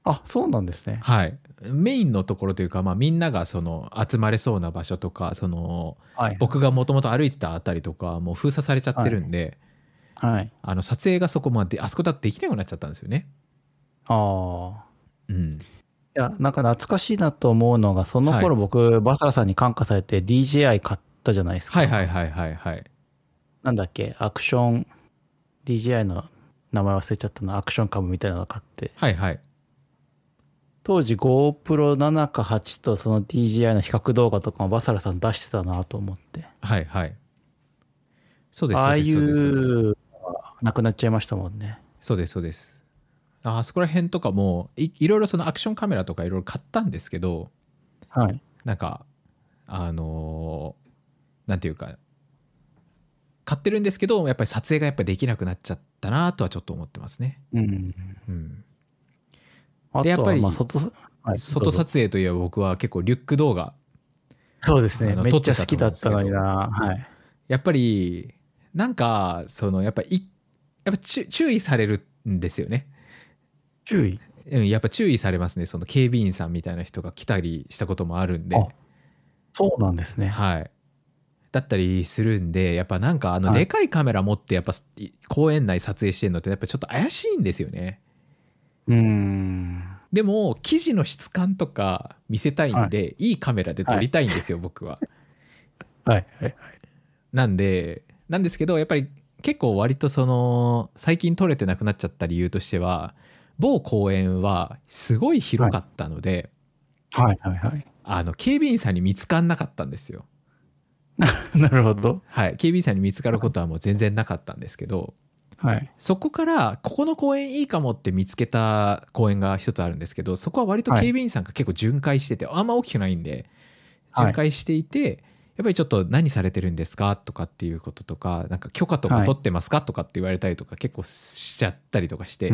あ、そうなんですね。 はい。メインのところというか、まあ、みんながその集まれそうな場所とか、その、 はい、 僕がもともと歩いてたあたりとかもう封鎖されちゃってるんで、 はい。 あの撮影がそこまであそこだとできなくなっちゃったんですよね。 ああ。 うん。 いや、なんか懐かしいなと思うのが、その頃僕、はい、バサラさんに感化されて ディージェーアイ 買ったじゃないですか。 はいはいはいはいはい。 なんだっけ、アクション、ディージェーアイ の名前忘れちゃったな、アクション株みたいなの買って。 はいはい。 当時 GoPro ななかはちとその ディージェーアイ の比較動画とかもバサラさん出してたなと思って。 はいはい。そうですああいそうですそうです。 なくなっちゃいましたもんね。 そうですそうです。あそこら辺とかも い, いろいろそのアクションカメラとかいろいろ買ったんですけど、 はい。 なんかあのー、なんていうか買ってるんですけどやっぱり撮影がやっぱりできなくなっちゃったなとはちょっと思ってますね。 うん。 うん。 あとはまあ外、 はい、外撮影といえば僕は結構リュック動画そうですねめっちゃ好きだったのにな、はい、 やっぱりなんかそのやっぱりやっぱ注意されるんですよね。 注意、 うん、やっぱ注意されますね。その警備員さんみたいな人が来たりしたこともあるんで。 あ、そうなんですね。 はい。だったりするんでやっぱなんかあのでかいカメラ持ってやっぱ公園内撮影してるのってやっぱちょっと怪しいんですよね。 うーん。 でも生地の質感とか見せたいんで、はい、いいカメラで撮りたいんですよ、はい、僕は。 はいはいはい。 なんでなんですけどやっぱり結構割とその最近撮れてなくなっちゃった理由としては某公園はすごい広かったので、 はい、はいはいはいあの警備員さんに見つからなかったんですよ。 なるほど。 はい、警備員さんに見つかることはもう全然なかったんですけど、 はい、 そこからここの公園いいかもって見つけた公園が一つあるんですけど、そこは割と警備員さんが結構巡回してて、はい、あんま大きくないんで巡回していて、はい、やっぱりちょっと何されてるんですかとかっていうこととか、なんか許可とか取ってますかとかって言われたりとか結構しちゃったりとかして、 うん、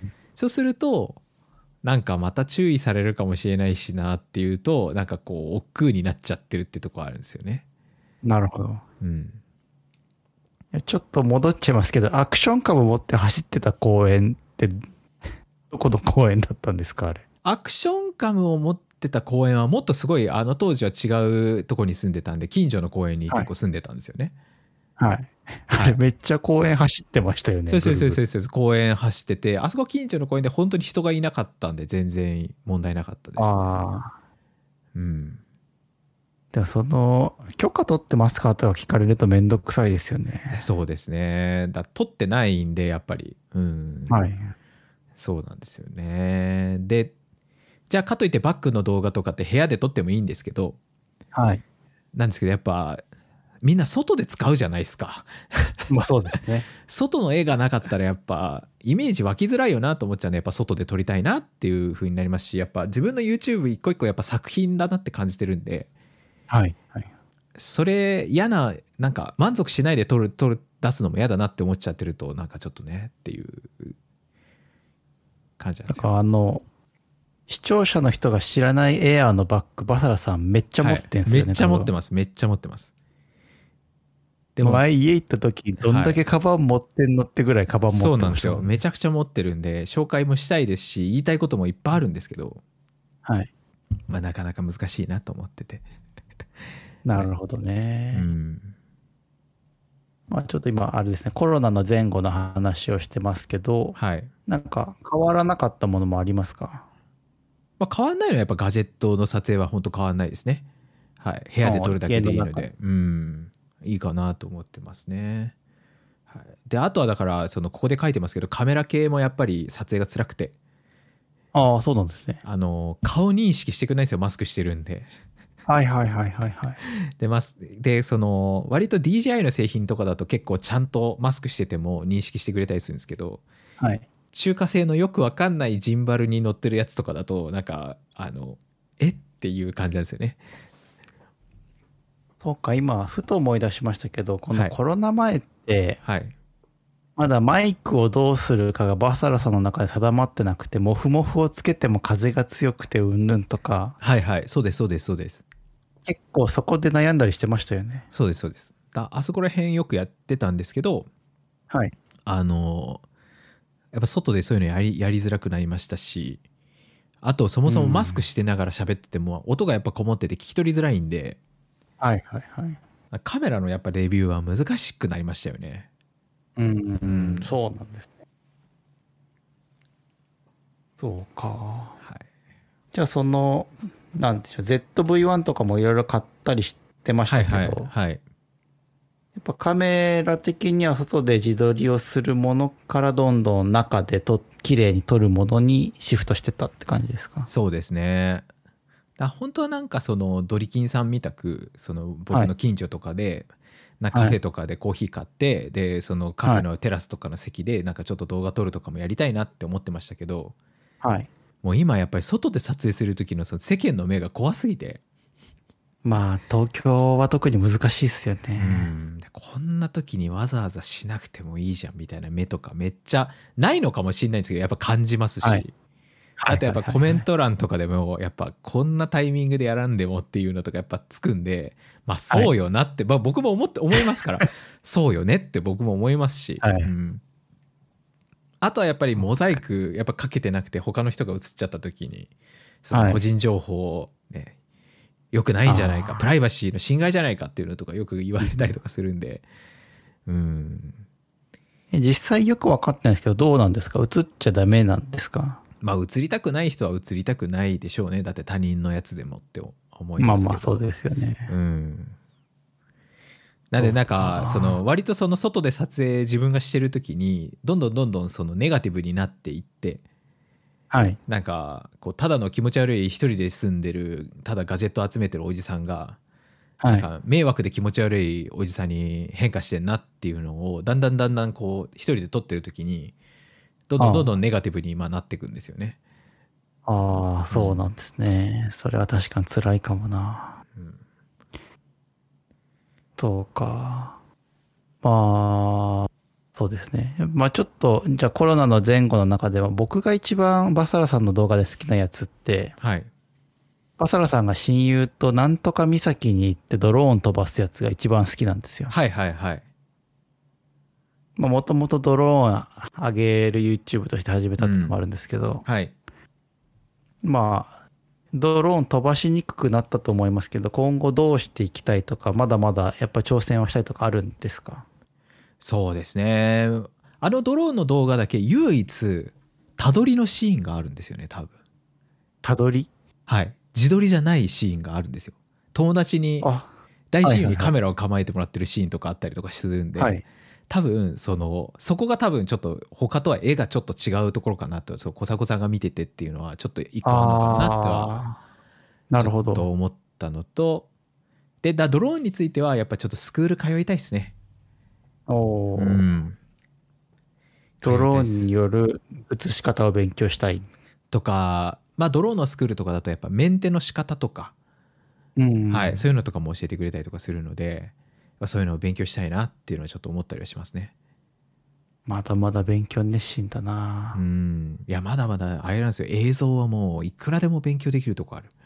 そうするとなんかまた注意されるかもしれないしなっていうとなんかこう億劫になっちゃってるってとこあるんですよね。 なるほど。 うん。 ちょっと戻っちゃいますけど、アクションカム持って走ってた公園ってどこの公園だったんですかあれ。 アクションカムを持ってた公園はもっとすごいあの当時は違うとこに住んでたんで近所の公園に結構住んでたんですよね。 はい。はい、あれめっちゃ公園走ってましたよね。 そうそうそうそうそう公園走ってて、あそこ近所の公園で本当に人がいなかったんで全然問題なかったです、ね。ああ。うん。 でもその許可取ってますかとか聞かれるとめんどくさいですよね。 そうですね。だ取ってないんでやっぱり、うん、 はい。 そうなんですよね。で、じゃあかといってバックの動画とかって部屋で撮ってもいいんですけど、 はい。 なんですけどやっぱみんな外で使うじゃないですか。 まあそうですね。 外の絵がなかったらやっぱイメージ湧きづらいよなと思っちゃうんで、やっぱ外で撮りたいなっていう風になりますし、やっぱ自分の YouTube 一個一個やっぱ作品だなって感じてるんで。 はいはい。 それ嫌な、なんか満足しないで撮る撮る出すのも嫌だなって思っちゃってるとなんかちょっとねっていう感じなんですよ。 だからあの視聴者の人が知らないエアーのバッグバサラさんめっちゃ持ってんすよね、はい、 めっちゃ持ってますめっちゃ持ってます。 でも前家行った時どんだけカバン持ってんのってぐらいカバン持ってました、 そうなんですよ。めちゃくちゃ持ってるんで紹介もしたいですし言いたいこともいっぱいあるんですけど、 はい、 まあなかなか難しいなと思ってて。 なるほどね。 うん。 まあちょっと今あれですね、コロナの前後の話をしてますけど、 はい、 なんか変わらなかったものもありますか？ まあ、変わんないのはやっぱガジェットの撮影は本当変わんないですね。はい、部屋で撮るだけでいいので、うん、いいかなと思ってますね。はい、であとはだからそのここで書いてますけどカメラ系もやっぱり撮影が辛くて、 ああそうなんですね。 あの顔認識してくれないんですよマスクしてるんで。 はいはいはいはいはい。 でマスでその割と ディージェーアイ の製品とかだと結構ちゃんとマスクしてても認識してくれたりするんですけど、 はい、 中華製のよくわかんないジンバルに乗ってるやつとかだとなんかあのえっていう感じなんですよね。 そうか、今ふと思い出しましたけどこのコロナ前って、はいはい、まだマイクをどうするかがバサラさんの中で定まってなくてモフモフをつけても風が強くてうんぬんとか、 はいはいそうですそうですそうです、 結構そこで悩んだりしてましたよね。 そうですそうです。だあそこら辺よくやってたんですけど、 はい、 あのやっぱ外でそういうのやりやりづらくなりましたし、 あとそもそもマスクしてながら喋ってても音がやっぱこもってて聞き取りづらいんで、 はいはいはい。 カメラのやっぱレビューは難しくなりましたよね。 うん、うん、そうなんですね。そうか。はい。じゃあその、なんでしょう、ゼットブイワン とかもいろいろ買ったりしてましたけど、はいはいはい、やっぱカメラ的には外で自撮りをするものからどんどん中でと綺麗に撮るものにシフトしてたって感じですか？ そうですね。だ本当はなんかそのドリキンさんみたくその僕の近所とかで、はい、なカフェとかでコーヒー買って、はい、でそのカフェのテラスとかの席でなんかちょっと動画撮るとかもやりたいなって思ってましたけど、はい、もう今やっぱり外で撮影する時のその世間の目が怖すぎて、 まあ東京は特に難しいっすよね。 うんこんな時にわざわざしなくてもいいじゃんみたいな目とかめっちゃないのかもしれないんですけどやっぱ感じますし、はい、あとやっぱコメント欄とかでもやっぱこんなタイミングでやらんでもっていうのとかやっぱつくんで、まあそうよなって、はい、まあ僕も思って思いますからそうよねって僕も思いますし、はい、うん、あとはやっぱりモザイクやっぱかけてなくて他の人が映っちゃった時にその個人情報をね良くないんじゃないか、プライバシーの侵害じゃないかっていうのとかよく言われたりとかするんで、うん、 実際よく分かってないですけどどうなんですか？映っちゃダメなんですか？ まあ映りたくない人は映りたくないでしょうね。だって他人のやつでもって思いますけど。 まあまあそうですよね。 うん。なんでなんかその割とその外で撮影自分がしてる時にどんどんどんどんそのネガティブになっていって、はい、なんかこうただの気持ち悪い一人で住んでるただガジェット集めてるおじさんが、はい、なんか迷惑で気持ち悪いおじさんに変化してんなっていうのをだんだんだんだんこう一人で撮ってる時にどんどんどんどんネガティブに今なっていくんですよね。 ああ、そうなんですね。うん、それは確かに辛いかもな。うん、そうか。まあ、そうですね。まあちょっと、じゃあコロナの前後の中では僕が一番バサラさんの動画で好きなやつって、はい、バサラさんが親友となんとか岬に行ってドローン飛ばすやつが一番好きなんですよ。 はいはいはい。 まあもともとドローン上げる YouTube として始めたっていうのもあるんですけど、うん、はい。まあ、ドローン飛ばしにくくなったと思いますけど、今後どうしていきたいとか、まだまだやっぱ挑戦はしたいとかあるんですか？ そうですね。あのドローンの動画だけ唯一、たどりのシーンがあるんですよね、多分。 たどり？ はい。自撮りじゃないシーンがあるんですよ。友達に大親友にカメラを構えてもらってるシーンとかあったりとかするんで、はいはいはい、多分そのそこが多分ちょっと他とは絵がちょっと違うところかなと、そう小迫さんが見ててっていうのはちょっと一個あるのかなとはなるほどと思ったのと、でだドローンについてはやっぱちょっとスクール通いたいですね。 おー、うん、ドローンによる写し方を勉強したいとか、まあドローンのスクールとかだとやっぱメンテの仕方とか、うん、はい、そういうのとかも教えてくれたりとかするので、そういうのを勉強したいなっていうのはちょっと思ったりはしますね。 まだまだ勉強熱心だな。 うん。いや、まだまだあれなんですよ。映像はもういくらでも勉強できるとこある。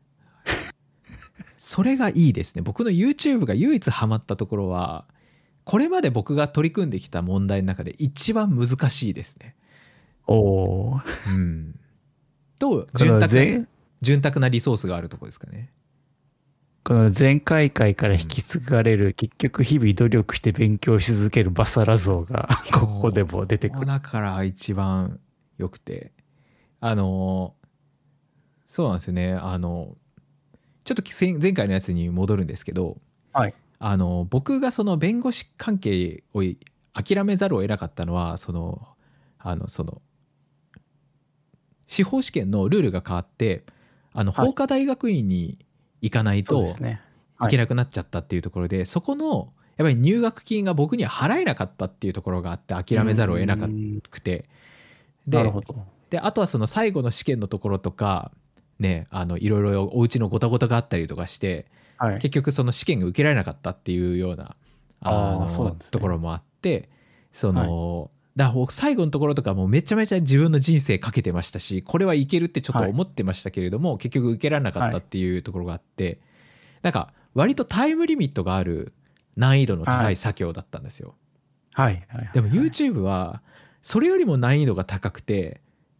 それがいいですね。僕の YouTube が唯一ハマったところは、これまで僕が取り組んできた問題の中で一番難しいですね。 おー。 うん。と、潤沢、潤沢なリソースがあるところですかね。 この前回回から引き継がれる、うん、結局日々努力して勉強し続けるバサラ像がここでも出てくる。 だから一番良くて、あのそうなんですよね。あのちょっと前回のやつに戻るんですけど、はい、あの僕がその弁護士関係を諦めざるを得なかったのは、そのあのその司法試験のルールが変わって、あの法科大学院に行かないといけなくなっちゃったっていうところで、そこのやっぱり入学金が僕には払えなかったっていうところがあって諦めざるを得なくて、で、なるほど。であとはその最後の試験のところとかね、あのいろいろお家のごたごたがあったりとかして、はい、結局その試験が受けられなかったっていうようなあのそうなんですね、ところもあって、その、はい、だから最後のところとかもめちゃめちゃ自分の人生かけてましたし、これはいけるってちょっと思ってましたけれども、はい、結局受けられなかったっていうところがあって、はい、なんか割とタイムリミットがある難易度の高い作業だったんですよ。はいはいはいはい、でも YouTube はそれよりも難易度が高くて、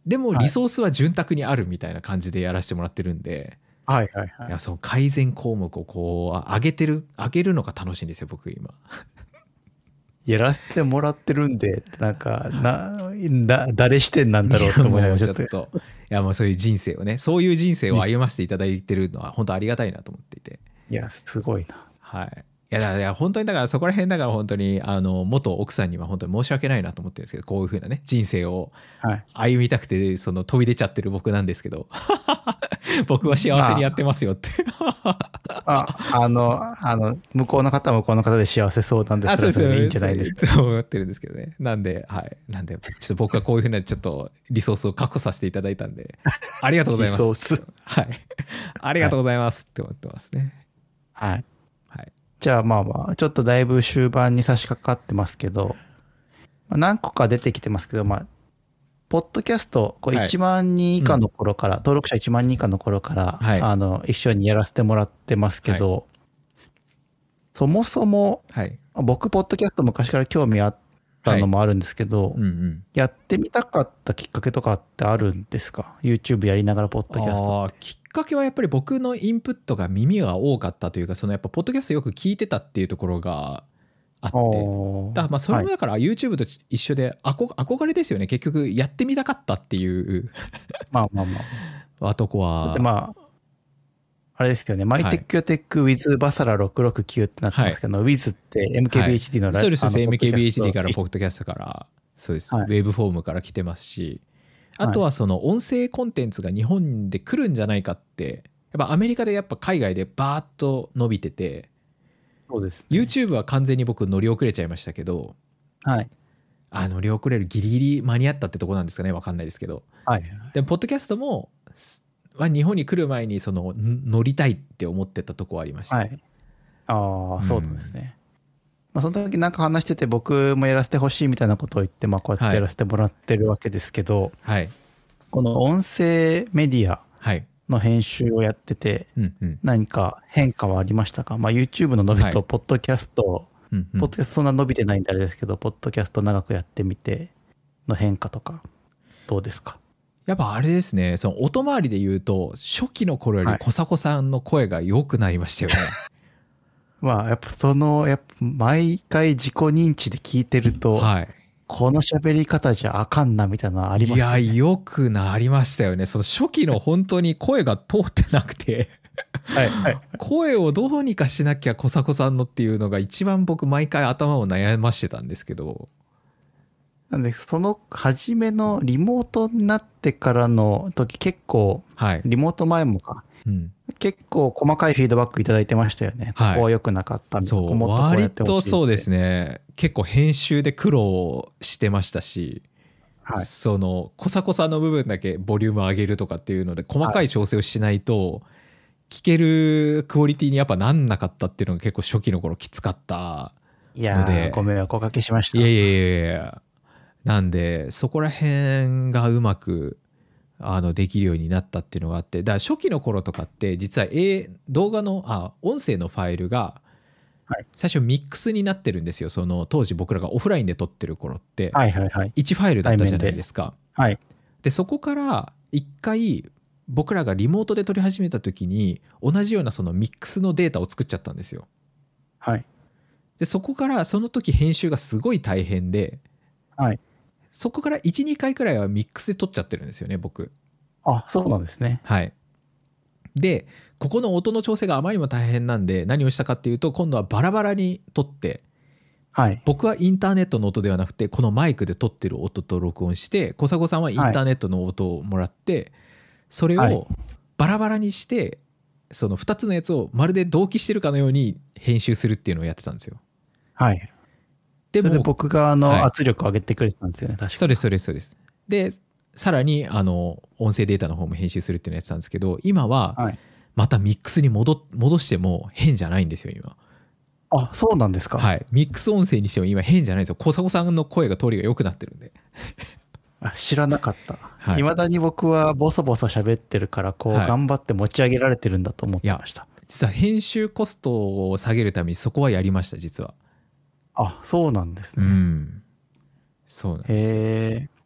でもリソースは潤沢にあるみたいな感じでやらせてもらってるんで、 はいはいはい。 いやその改善項目をこう上げてる上げるのが楽しいんですよ僕今。 やらせてもらってるんで、なんかなな誰視点なんだろうと思いながらちょっと、いやもうそういう人生をね、そういう人生を歩ませていただいてるのは本当ありがたいなと思っていて。 いやすごいな。 はい。いやだからいや本当にだからそこら辺だから本当にあの元奥さんには本当に申し訳ないなと思ってるんですけど、こういう風なね人生を歩みたくてその飛び出ちゃってる僕なんですけど、僕は幸せにやってますよって。 ああのあの向こうの方は向こうの方で幸せそうなんですけど、それでいいんじゃないですか。 そう思ってるんですけどね。なんではいなんでちょっと僕はこういう風なちょっとリソースを確保させていただいたんでありがとうございます。 リソースはいありがとうございますって思ってますね。 はいはい。 じゃあまあまあちょっとだいぶ終盤に差し掛かってますけど、まあ、何個か出てきてますけど、まあポッドキャストこういちまんにん以下の頃から、はいうん、登録者いちまんにん以下の頃から、はい、あの一緒にやらせてもらってますけど、はい、そもそも、はい、僕ポッドキャスト昔から興味あったのもあるんですけど、はいうんうん、やってみたかったきっかけとかってあるんですか？ YouTube やりながらポッドキャストって。 きっかけはやっぱり僕のインプットが耳が多かったというか、そのやっぱポッドキャストよく聞いてたっていうところがあって、だまあそれもだから YouTube と一緒で憧れですよね。結局やってみたかったっていうまあまあまああとこはだってまああれですけどね、マイテックヨテック with バサラろくろくきゅうってなってますけど、はい、With って エムケービーエイチディー のライブ、 はい、そうです エムケービーエイチディー からポッドキャストからそうです、はい、ウェブフォームから来てますし、あとはその音声コンテンツが日本で来るんじゃないかって、やっぱアメリカでやっぱ海外でバーッと伸びてて、 そうですね、 YouTube は完全に僕乗り遅れちゃいましたけど、 はい、 あ乗り遅れるギリギリ間に合ったってとこなんですかね、分かんないですけど、 はい、 でポッドキャストもは日本に来る前にその乗りたいって思ってたとこはありました、 はい、ああそうなんですね、うんまあ、その時なんか話してて僕もやらせてほしいみたいなことを言って、まあ、こうやってやらせてもらってるわけですけど、はい、この音声メディアの編集をやってて何か変化はありましたか？まあ、YouTube の伸びとポッドキャスト、はい、ポッドキャストそんな伸びてないんであれですけど、ポッドキャスト長くやってみての変化とかどうですか？ やっぱあれですね、その音回りで言うと初期の頃より小迫さんの声が良くなりましたよね、はい、 まあやっぱそのやっぱ毎回自己認知で聞いてると、はい、この喋り方じゃあかんなみたいなのありますよね。 いや良くなりましたよね。その初期の本当に声が通ってなくてはい、はい、声をどうにかしなきゃ小迫さんのっていうのが一番僕毎回頭を悩ましてたんですけど、 なんでその初めのリモートになってからの時結構、はい、リモート前もか、うん、結構細かいフィードバックいただいてましたよね、はい、ここは良くなかったんで、 そうもっとこうやってほしいって。割とそうですね、結構編集で苦労してましたし、はい、その小迫さんの部分だけボリューム上げるとかっていうので細かい調整をしないと聞けるクオリティにやっぱなんなかったっていうのが結構初期の頃きつかったので、いやご迷惑おかけしました。 いやいやいやいや、なんでそこら辺がうまくあのできるようになったっていうのがあって、だから初期の頃とかって実は、A、動画のあ音声のファイルが最初ミックスになってるんですよ。その当時僕らがオフラインで撮ってる頃っていちファイルだったじゃないですか。 はい、 でそこから一回僕らがリモートで撮り始めた時に同じようなそのミックスのデータを作っちゃったんですよ。 はい、 でそこからその時編集がすごい大変で、 はい、 そこから いちにかいくらいはミックスで撮っちゃってるんですよね僕。 あ、そうなんですね。 はい。でここの音の調整があまりにも大変なんで何をしたかっていうと、今度はバラバラに撮って、はい、僕はインターネットの音ではなくてこのマイクで撮ってる音と録音して、小迫さんはインターネットの音をもらって、はい、それをバラバラにしてそのふたつのやつをまるで同期してるかのように編集するっていうのをやってたんですよ。 はい。でもそれで僕があの圧力を上げてくれてたんですよね、はい、確かに。 そうですそうですそうです。でさらにあの音声データの方も編集するっていうのをやってたんですけど、今はまたミックスに 戻, 戻しても変じゃないんですよ今。 あ、そうなんですか。 はい、ミックス音声にしても今変じゃないんですよ。小迫さんの声が通りが良くなってるんであ、知らなかった。はい、未だに僕はボソボソ喋ってるからこう頑張って持ち上げられてるんだと思ってました。はい、 実は編集コストを下げるためにそこはやりました実は。 あ、そうなんですね。 うん、そうなんですよ。 へー。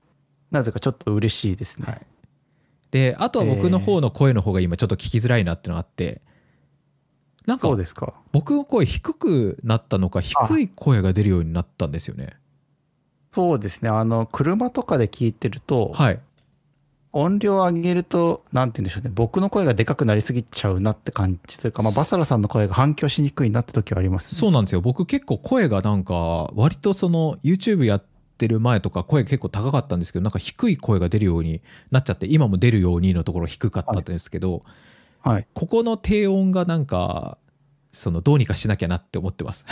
なぜかちょっと嬉しいですね。 はい、であとは僕の方の声の方が今ちょっと聞きづらいなっていうのがあって、なんか僕の声低くなったのか低い声が出るようになったんですよね。 そうですね。あの車とかで聞いてると、 はい、 音量を上げるとなんて言うんでしょうね、僕の声がでかくなりすぎちゃうなって感じというか、まあ、バサラさんの声が反響しにくいなって時はありますね。 そうなんですよ。僕結構声がなんか割とその YouTube やってる前とか声結構高かったんですけど、なんか低い声が出るようになっちゃって、今も出るようにのところ低かったんですけど、 はいはい、 ここの低音がなんかそのどうにかしなきゃなって思ってます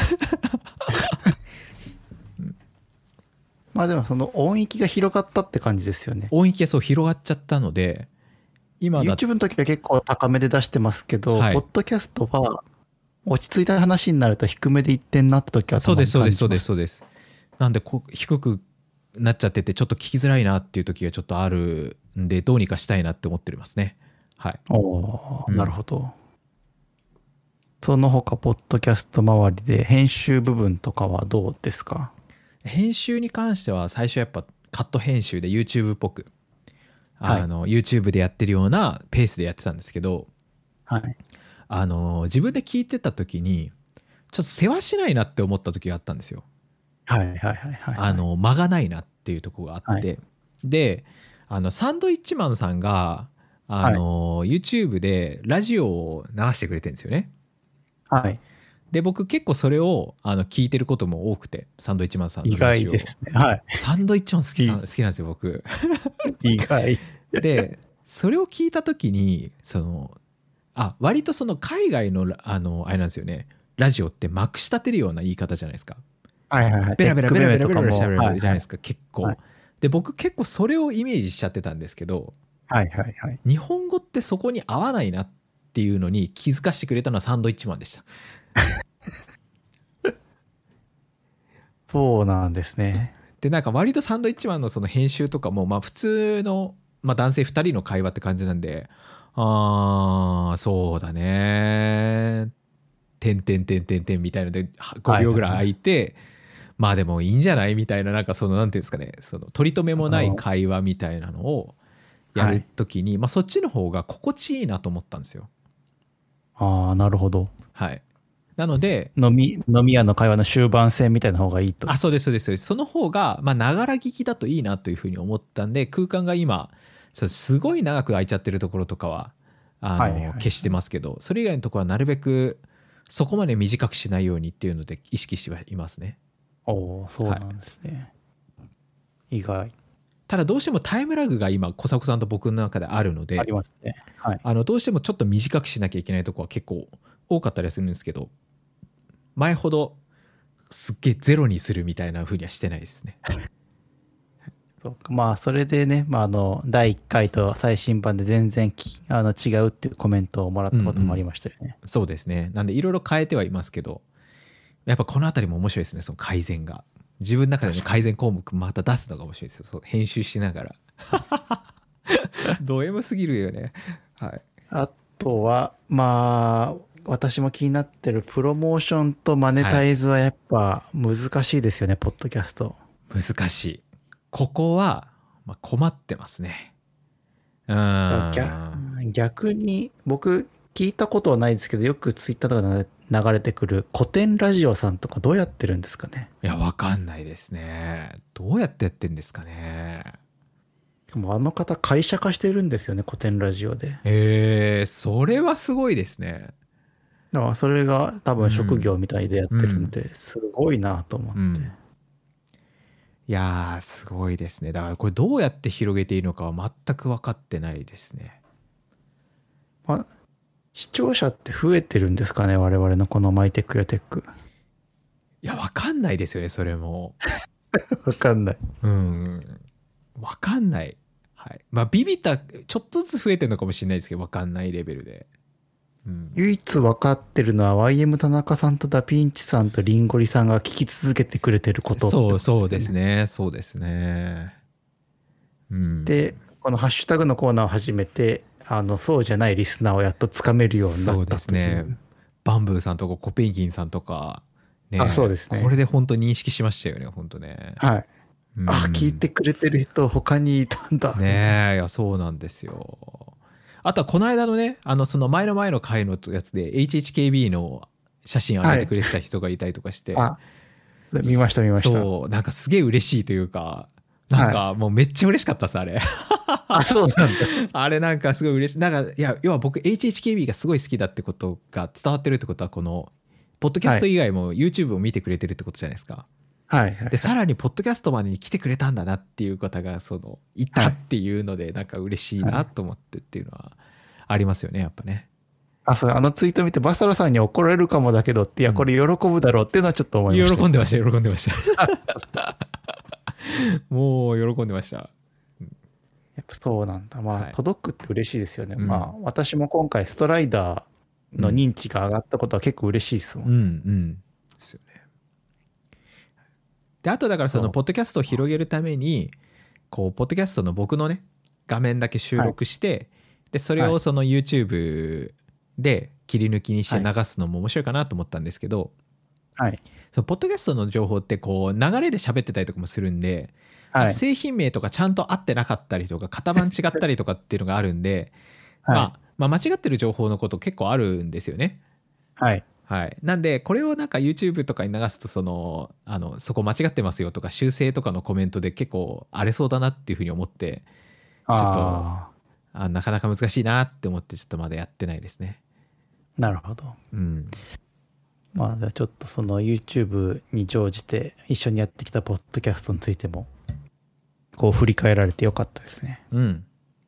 まあでもその音域が広がったって感じですよね。 音域がそう広がっちゃったので、今 YouTube の時は結構高めで出してますけど、 はい、 ポッドキャストは落ち着いた話になると低めでいってんなって時はそうですそうですそうですそうです。なんでこ低くなっちゃっててちょっと聞きづらいなっていう時がちょっとあるんで、どうにかしたいなって思ってますね。はい。 おー、なるほど。その他ポッドキャスト周りで編集部分とかはどうですか？ 編集に関しては最初やっぱカット編集で YouTube っぽく、あの、はい、YouTube でやってるようなペースでやってたんですけど、 はい、 あの自分で聞いてた時にちょっと世話しないなって思った時があったんですよ。 はいはいはいはい、 あの間がないなっていうところがあって、はい、であのサンドイッチマンさんがあの、はい、YouTube でラジオを流してくれてるんですよね。 はい。 で僕結構それをあの聞いてることも多くて、サンドイッチマンさんのラジオ。 意外ですね。はい。 サンドイッチマン好き好きなんですよ僕。 意外。 でそれを聞いた時にそのあ割とその海外のあのあれなんですよね。ラジオってまくし立てるような言い方じゃないですか。 はいはいはい。 ベラベラベラベラベラベラしゃべるじゃないですか、 はいはい、 結構、 はい。 で僕結構それをイメージしちゃってたんですけど、 はいはいはい。 日本語ってそこに合わないなっていうのに気づかせてくれたのはサンドイッチマンでした。 そうなんですね。 でなんか割とサンドイッチマンのその編集とかもまあ普通の、まあ、男性ふたりの会話って感じなんで、あーそうだねてんてんてんてんてんみたいなのでごびょうぐらい空いて、はいはいはい、まあでもいいんじゃないみたいな、なんかそのなんていうんですかね、その取り留めもない会話みたいなのをやるときに、はい、まあそっちの方が心地いいなと思ったんですよ。 ああ、なるほど。 はい。なので飲み飲み屋の会話の終盤戦みたいな方がいいと。 あ、そうですそうですそうです。その方がまあながら聞きだといいなというふうに思ったんで、空間が今そうすごい長く空いちゃってるところとかはあの、はいはいはい、消してますけど、それ以外のところはなるべくそこまで短くしないようにっていうので意識していますね。 おお、そうなんですね。はい、意外。 ただどうしてもタイムラグが今小迫さんと僕の中であるので、 ありますね。はい。 あのどうしてもちょっと短くしなきゃいけないところは結構多かったりするんですけど、前ほどすっげえゼロにするみたいな風にはしてないですね。 そうか、まあそれでね、まあ、あのだいいっかいと最新版で全然きあの違うっていうコメントをもらったこともありましたよね。うんうん、そうですね。なんでいろいろ変えてはいますけど、やっぱこのあたりも面白いですね、その改善が。自分の中で、ね、改善項目また出すのが面白いですよ、そう編集しながら。ド M すぎるよね。はい。 あとはまあ私も気になってるプロモーションとマネタイズはやっぱ難しいですよね、はい、ポッドキャスト。 難しい。ここは困ってますね。うん。 逆に僕聞いたことはないですけど、よくツイッターとかで流れてくる古典ラジオさんとかどうやってるんですかね。 いやわかんないですね。どうやってやってんですかね。 もうあの方会社化してるんですよね、古典ラジオで。 へえ、それはすごいですね。 だからそれが多分職業みたいでやってるんで、うん、すごいなと思って、うん、 いやーすごいですね。だからこれどうやって広げていいのかは全く分かってないですね。 まあ、視聴者って増えてるんですかね、我々のこのマイテックやテック。 いや分かんないですよね、それも。 分かんない。 うん分かんない。はい。まあビビったちょっとずつ増えてるのかもしれないですけど、分かんないレベルで。 うん、唯一分かってるのは ワイエム 田中さんとダピンチさんとリンゴリさんが聞き続けてくれてることってことですね。 そうそうですね。そうですね。うん、 でこのハッシュタグのコーナーを始めて、あのそうじゃないリスナーをやっとつかめるようになったという。そうですね。 バンブーさんとかコペンギンさんとか、ね、 あ、そうですね。 これで本当認識しましたよね、本当ね。 はい。 あ、聞いてくれてる人他にいたんだ。 ねえ、いやそうなんですよ。あとはこの間のね、あのその前の前の回のやつで エイチエイチケービー の写真上げてくれてた人がいたりとかして、 はい、あ、見ました見ました。 そう、なんかすげえ嬉しいというか、なんかもうめっちゃ嬉しかったっすあれ。 あ、そうなんだ。 あれなんかすごい嬉しい。なんかいや要は僕 エイチエイチケービー がすごい好きだってことが伝わってるってことは、このポッドキャスト以外も YouTube を見てくれてるってことじゃないですか。 はいはいはい、 でさらにポッドキャストまでに来てくれたんだなっていう方がそのいたっていうので、なんか嬉しいなと思ってっていうのはありますよね、やっぱね。 あ、そう、あのツイート見てバサラさんに怒られるかもだけどって、いやこれ喜ぶだろうっていうのはちょっと思いました、 うん、喜んでました喜んでましたもう喜んでました。やっぱそうなんだ。まあ、はい、届くって嬉しいですよね、うん、まあ私も今回ストライダーの認知が上がったことは結構嬉しいですもん。 うんうん、うんですよね。であとだからそのポッドキャストを広げるためにこうポッドキャストの僕のね画面だけ収録して、はい、でそれをその YouTube で切り抜きにして流すのも面白いかなと思ったんですけど、 はい、 そのポッドキャストの情報ってこう流れで喋ってたりとかもするんで、はい、製品名とかちゃんと合ってなかったりとか型番違ったりとかっていうのがあるんで、はい、まあ、まあ間違ってる情報のこと結構あるんですよね。 はいはい、なんでこれをなんか YouTube とかに流すとそのあのそこ間違ってますよとか修正とかのコメントで結構荒れそうだなっていうふうに思って、ちょっとああなかなか難しいなって思ってちょっとまだやってないですね。 なるほど。 うん。 まあじゃあちょっとその YouTube に乗じて一緒にやってきたポッドキャストについてもこう振り返られてよかったですね。 うん。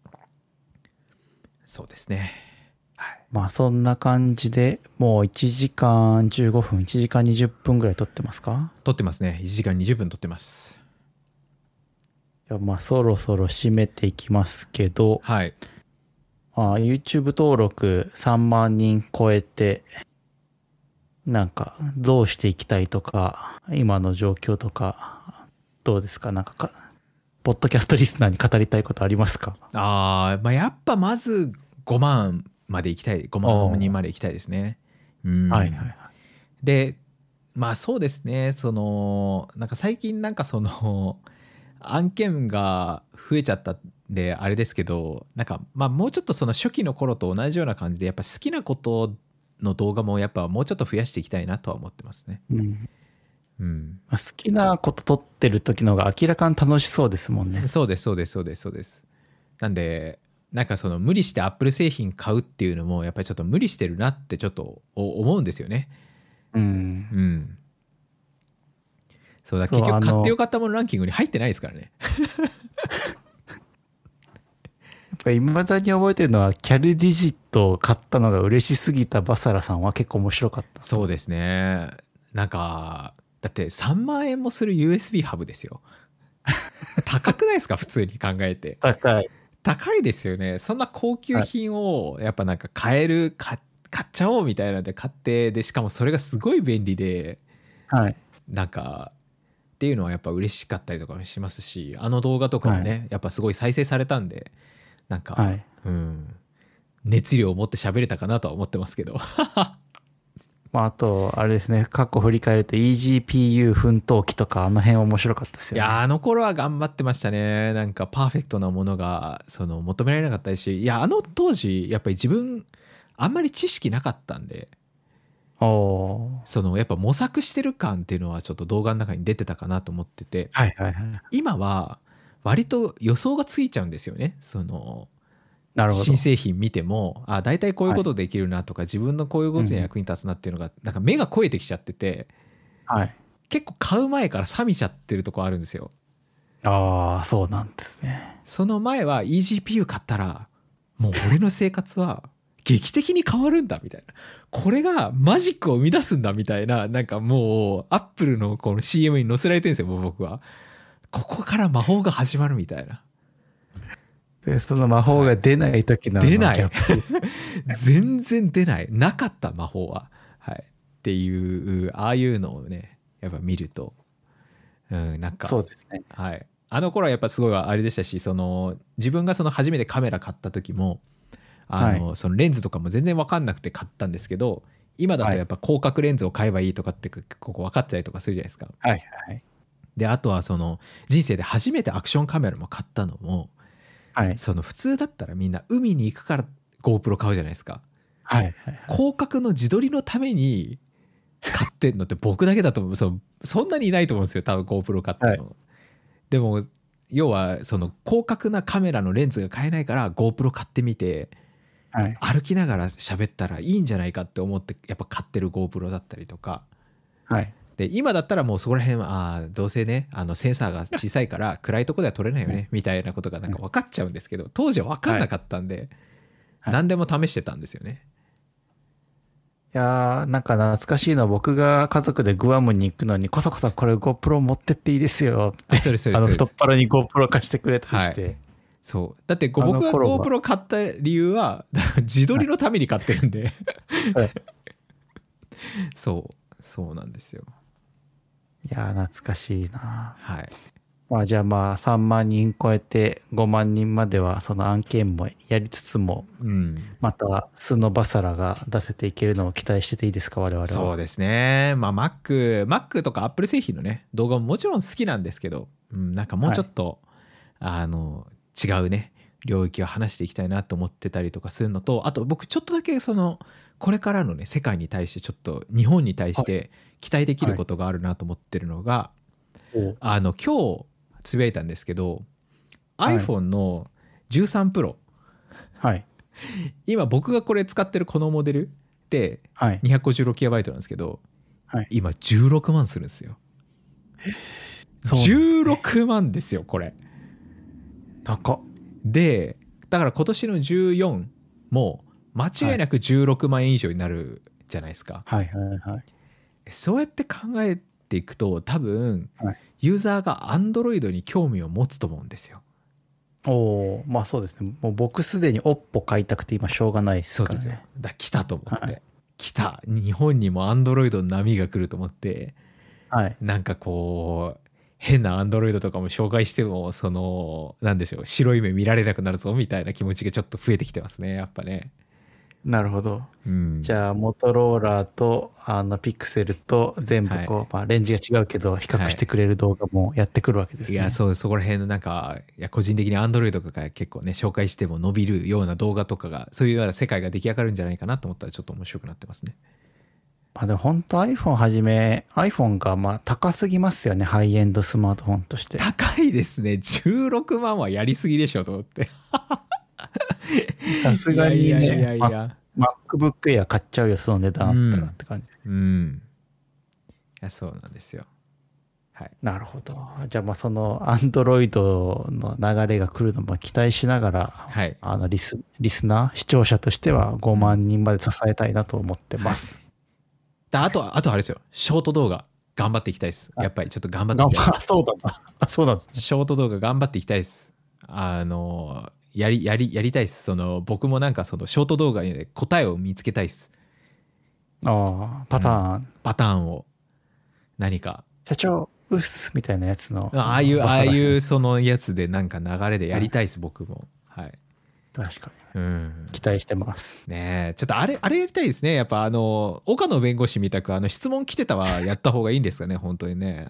そうですね。 まあそんな感じでもういちじかんじゅうごふんいちじかんにじゅっぷんぐらい撮ってますか？ 撮ってますね。いちじかんにじゅっぷん撮ってます。 いやまあそろそろ締めていきますけど、 はい、 まあ、YouTube 登録さんまんにん超えてなんかどうしていきたいとか今の状況とかどうですか？なんかかポッドキャストリスナーに語りたいことありますか？ あ、まあやっぱまずごまんまで行きたい、ごまんにんまで行きたいですね。うん、はいはいはい。でまあそうですね、そのなんか最近なんかその案件が増えちゃったんであれですけど、なんかまあもうちょっとその初期の頃と同じような感じでやっぱ好きなことの動画もやっぱもうちょっと増やしていきたいなとは思ってますね。 うんうん、 好きなこと撮ってる時の方が明らかに楽しそうですもんね。 そうですそうですそうですそうです。なんでなんかその無理してアップル製品買うっていうのもやっぱりちょっと無理してるなってちょっと思うんですよね。 うん、うん、そうだ結局買ってよかったものランキングに入ってないですからね。 やっぱいまだに覚えてるのはキャルディジットを買ったのが嬉しすぎたバサラさんは結構面白かった。 そうですね。なんかだってさんまんえんもする ユーエスビー ハブですよ。高くないですか普通に考えて。 高い高いですよね。そんな高級品をやっぱなんか買える、買っちゃおうみたいなので買って、でしかもそれがすごい便利で、 はい、 なんかっていうのはやっぱ嬉しかったりとかしますし、あの動画とかもね、はい、やっぱすごい再生されたんでなんか、はい、うん、熱量を持って喋れたかなとは思ってますけど。 まあ、あとあれですね、過去振り返ると イージーピーユー 奮闘機とかあの辺面白かったですよね。 いやあの頃は頑張ってましたね。なんかパーフェクトなものがその求められなかったし、いやあの当時やっぱり自分あんまり知識なかったんで、 おそのやっぱ模索してる感っていうのはちょっと動画の中に出てたかなと思ってて、 はいはいはい、 今は割と予想がついちゃうんですよね。そのなるほど、 新製品見てもあ大体こういうことできるなとか、はい、自分のこういうことに役に立つなっていうのが、うん、なんか目が肥えてきちゃってて、 はい、 結構買う前から冷めちゃってるとこあるんですよ。 ああそうなんですね。 その前は イージーピーユー 買ったらもう俺の生活は劇的に変わるんだみたいな、これがマジックを生み出すんだみたいな、なんかもうアップルのこの シーエム に載せられてるんですよ。もう僕はここから魔法が始まるみたいな。 でその魔法が出ない時の出ない全然出ないなかった魔法は、はい、っていうああいうのをねやっぱ見ると、うん、なんかそうですね、 はい、あの頃はやっぱすごいあれでしたし、その自分がその初めてカメラ買った時もあの、はい、そのレンズとかも全然分かんなくて買ったんですけど、今だとやっぱ広角レンズを買えばいいとかってここ分かってたりとかするじゃないですか。 はいはい。 であとはその人生で初めてアクションカメラも買ったのも、 はい、 その普通だったらみんな海に行くから GoPro 買うじゃないですか。 はいはいはい、 広角の自撮りのために買ってんのって僕だけだと思う。そ, そんなにいないと思うんですよ多分 GoPro 買ってるの、はい、でも要はその広角なカメラのレンズが買えないから GoPro 買ってみて、はい、歩きながら喋ったらいいんじゃないかって思ってやっぱ買ってる GoPro だったりとか、 はい、 で今だったらもうそこら辺はあどうせねあのセンサーが小さいから暗いとこでは撮れないよねみたいなことがなんか分かっちゃうんですけど、当時は分かんなかったんで、はいはい、何でも試してたんですよね。 いやーなんか懐かしいのは僕が家族でグアムに行くのにこそこそこれ GoPro 持ってっていいですよってそれそれあの太っ腹に GoPro 貸してくれたりして、はい、 そうだって僕が GoPro 買った理由は自撮りのために買ってるんで、はい、そうそうなんですよ。 いやー懐かしいな。 はい。 まあじゃあまあさんまんにん超えてごまんにんまではその案件もやりつつも、うん、また素のバサラが出せていけるのを期待してていいですか我々は。 そうですね。まあ Mac、Mac とか Apple 製品のね動画ももちろん好きなんですけど、うん、なんかもうちょっと、はい、あの違うね領域を話していきたいなと思ってたりとかするのと、あと僕ちょっとだけそのこれからのね世界に対してちょっと日本に対して期待できることがあるなと思ってるのが、はい、あの今日つぶやいたんですけど、はい、iPhone のじゅうさん Pro、はい、今僕がこれ使ってるこのモデルって にひゃくごじゅうろくギガバイト なんですけど、はい、今じゅうろくまんするんですよ。じゅうろくまんですよこれ。 高っ。 でだから今年のじゅうよんも間違いなくじゅうろくまんえん以上になるじゃないですか。 はいはいはい。 そうやって考えていくと多分、はい、ユーザーが Android に興味を持つと思うんですよ。 おまあそうですね。もう僕すでに Oppo 買いたくて今しょうがないですからね。そうですよ。 だ来たと思って、はい、来た日本にも Android の波が来ると思って、はい、なんかこう変な Android とかも紹介してもそのなんでしょう白い目見られなくなるぞみたいな気持ちがちょっと増えてきてますねやっぱね。 なるほど、うん、じゃあモトローラーとあのピクセルと全部こう、はいまあ、レンジが違うけど比較してくれる動画もやってくるわけですね。 はい、いやそうそこら辺のなんかいや個人的に Android とか結構ね紹介しても伸びるような動画とかがそういうような世界が出来上がるんじゃないかなと思ったらちょっと面白くなってますね。 まあでも本当 iPhone はじめ iPhone がまあ高すぎますよねハイエンドスマートフォンとして。 高いですね。じゅうろくまんはやりすぎでしょと思ってさすがにねいやいやいやいやMacBook Air 買っちゃうよその値段あったらって感じです、うん、うん、 いやそうなんですよ。はい、 なるほど。じゃあまあその Android の流れが来るのも期待しながら、はい、あのリスリスナー視聴者としてはごまんにんまで支えたいなと思ってます、 はい、あとはあとはあれですよショート動画頑張っていきたいです。やっぱりちょっと頑張っていきたいです。 そうだなそうなんですね。 ショート動画頑張っていきたいです。あのやりやりやりたいです。その僕もなんかそのショート動画に答えを見つけたいです。 ああパターン、うん、 パターンを何か社長うっすみたいなやつのああいうああいうそのやつでなんか流れでやりたいです、はい、僕もはい確かに、うん、期待してますね。えちょっとあれあれやりたいですね。やっぱあの岡野弁護士みたくあの質問来てたはやった方がいいんですかね本当にね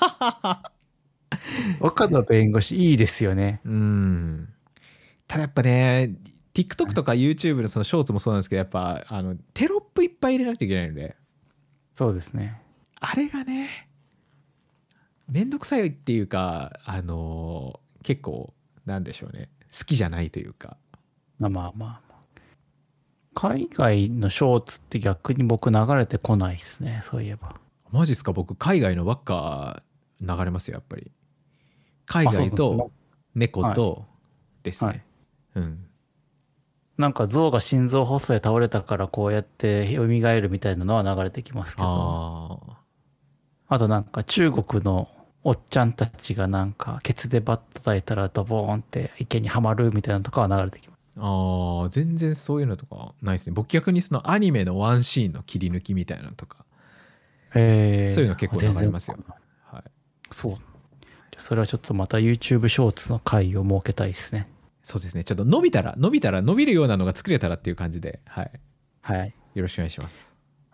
岡野弁護士いいですよね。 うんただやっぱね TikTok とか YouTube のそのショーツもそうなんですけどやっぱあのテロップいっぱい入れなきゃいけないので。 そうですね。 あれがねめんどくさいっていうかあのー、結構なんでしょうね好きじゃないというか。 まあまあまあ海外のショーツって逆に僕流れてこないですねそういえば。 マジっすか。僕海外のばっか流れますよやっぱり。海外と猫とですね、はいはい、うんなんか象が心臓発作で倒れたからこうやって蘇るみたいなのは流れてきますけど、 あ, あとなんか中国のおっちゃんたちがなんかケツでバッと叩いたらドボーンって池にはまるみたいなのとかは流れてきます。 ああ全然そういうのとかないですね。僕逆にそのアニメのワンシーンの切り抜きみたいなのとかへそういうの結構流れますよ。はい、 そうそれはちょっとまた YouTube ショーツの回を設けたいですね。 そうですねちょっと伸びたら伸びたら伸びるようなのが作れたらっていう感じではい、はい、よろしくお願いします。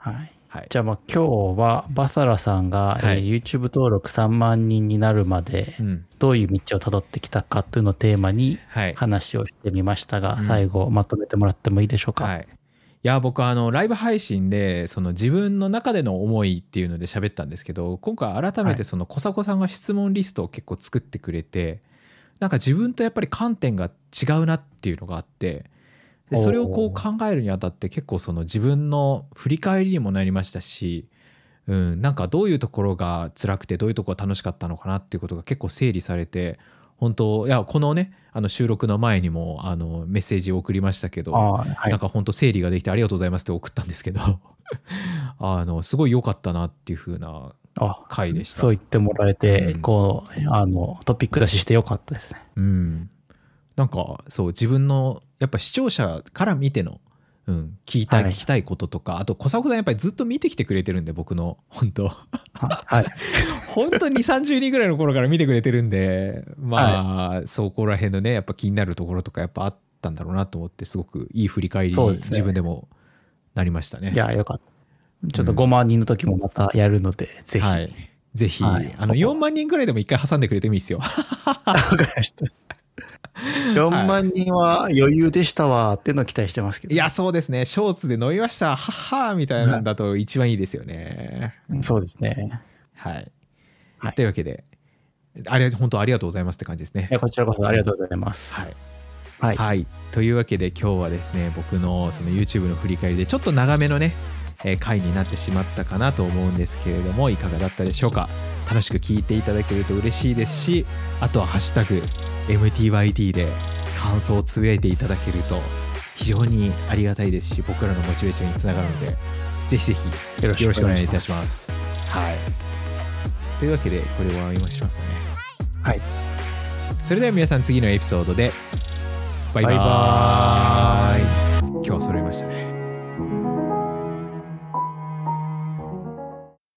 はいはい、じゃあまあ今日はバサラさんが、はい、えー、YouTube 登録さんまんにんになるまでどういう道をたどってきたかというのをテーマに話をしてみましたが、はい、最後まとめてもらってもいいでしょうか。 はい、いや僕あのライブ配信でその自分の中での思いっていうので喋ったんですけど、今回改めてその小迫さんが質問リストを結構作ってくれて、なんか自分とやっぱり観点が違うなっていうのがあって、でそれをこう考えるにあたって結構その自分の振り返りにもなりましたし、うん、なんかどういうところが辛くてどういうところが楽しかったのかなっていうことが結構整理されて、本当いやこのねあの収録の前にもあのメッセージを送りましたけど、はい、なんか本当整理ができてありがとうございますって送ったんですけどあのすごい良かったなっていう風な回でした。 そう言ってもらえて、うん、こうあのトピック出しして良かったですね。 うん、なんかそう自分のやっぱ視聴者から見ての、うん、聞いたい、はい、聞きたいこととか、あと小迫さんやっぱりずっと見てきてくれてるんで、僕の本当はい本当にさんじゅうにんぐらいの頃から見てくれてるんで、まあ、はい、そこら辺のねやっぱ気になるところとかやっぱあったんだろうなと思って、すごくいい振り返りに自分でもなりましたね。 いやよかった。ちょっとごまんにんの時もまたやるので、うん、ぜひ、はい、 ぜひ、はい、あのよんまんにんぐらいでも一回挟んでくれてもいいですよ。わかりました。 よんまんにんは余裕でしたわっていうのを期待してますけど、 いやそうですね、ショーツで飲みましたはっはーみたいなんだと一番いいですよね、 うん、そうですね、 はい、はい、というわけであれ本当ありがとうございますって感じですね。 いやこちらこそありがとうございます。 はいはい、はい、というわけで今日はですね僕のその YouTube の振り返りでちょっと長めのね回になってしまったかなと思うんですけれども、いかがだったでしょうか。楽しく聞いていただけると嬉しいですし、あとはハッシュタグ エムティーワイティー で感想をつぶやいていただけると非常にありがたいですし、僕らのモチベーションにつながるので、ぜひぜひよろしくお願いいたします。はい、というわけでこれは読みましょうかね。はい、それでは皆さん次のエピソードでバイバーイ。バイバーイ。今日は揃いましたね。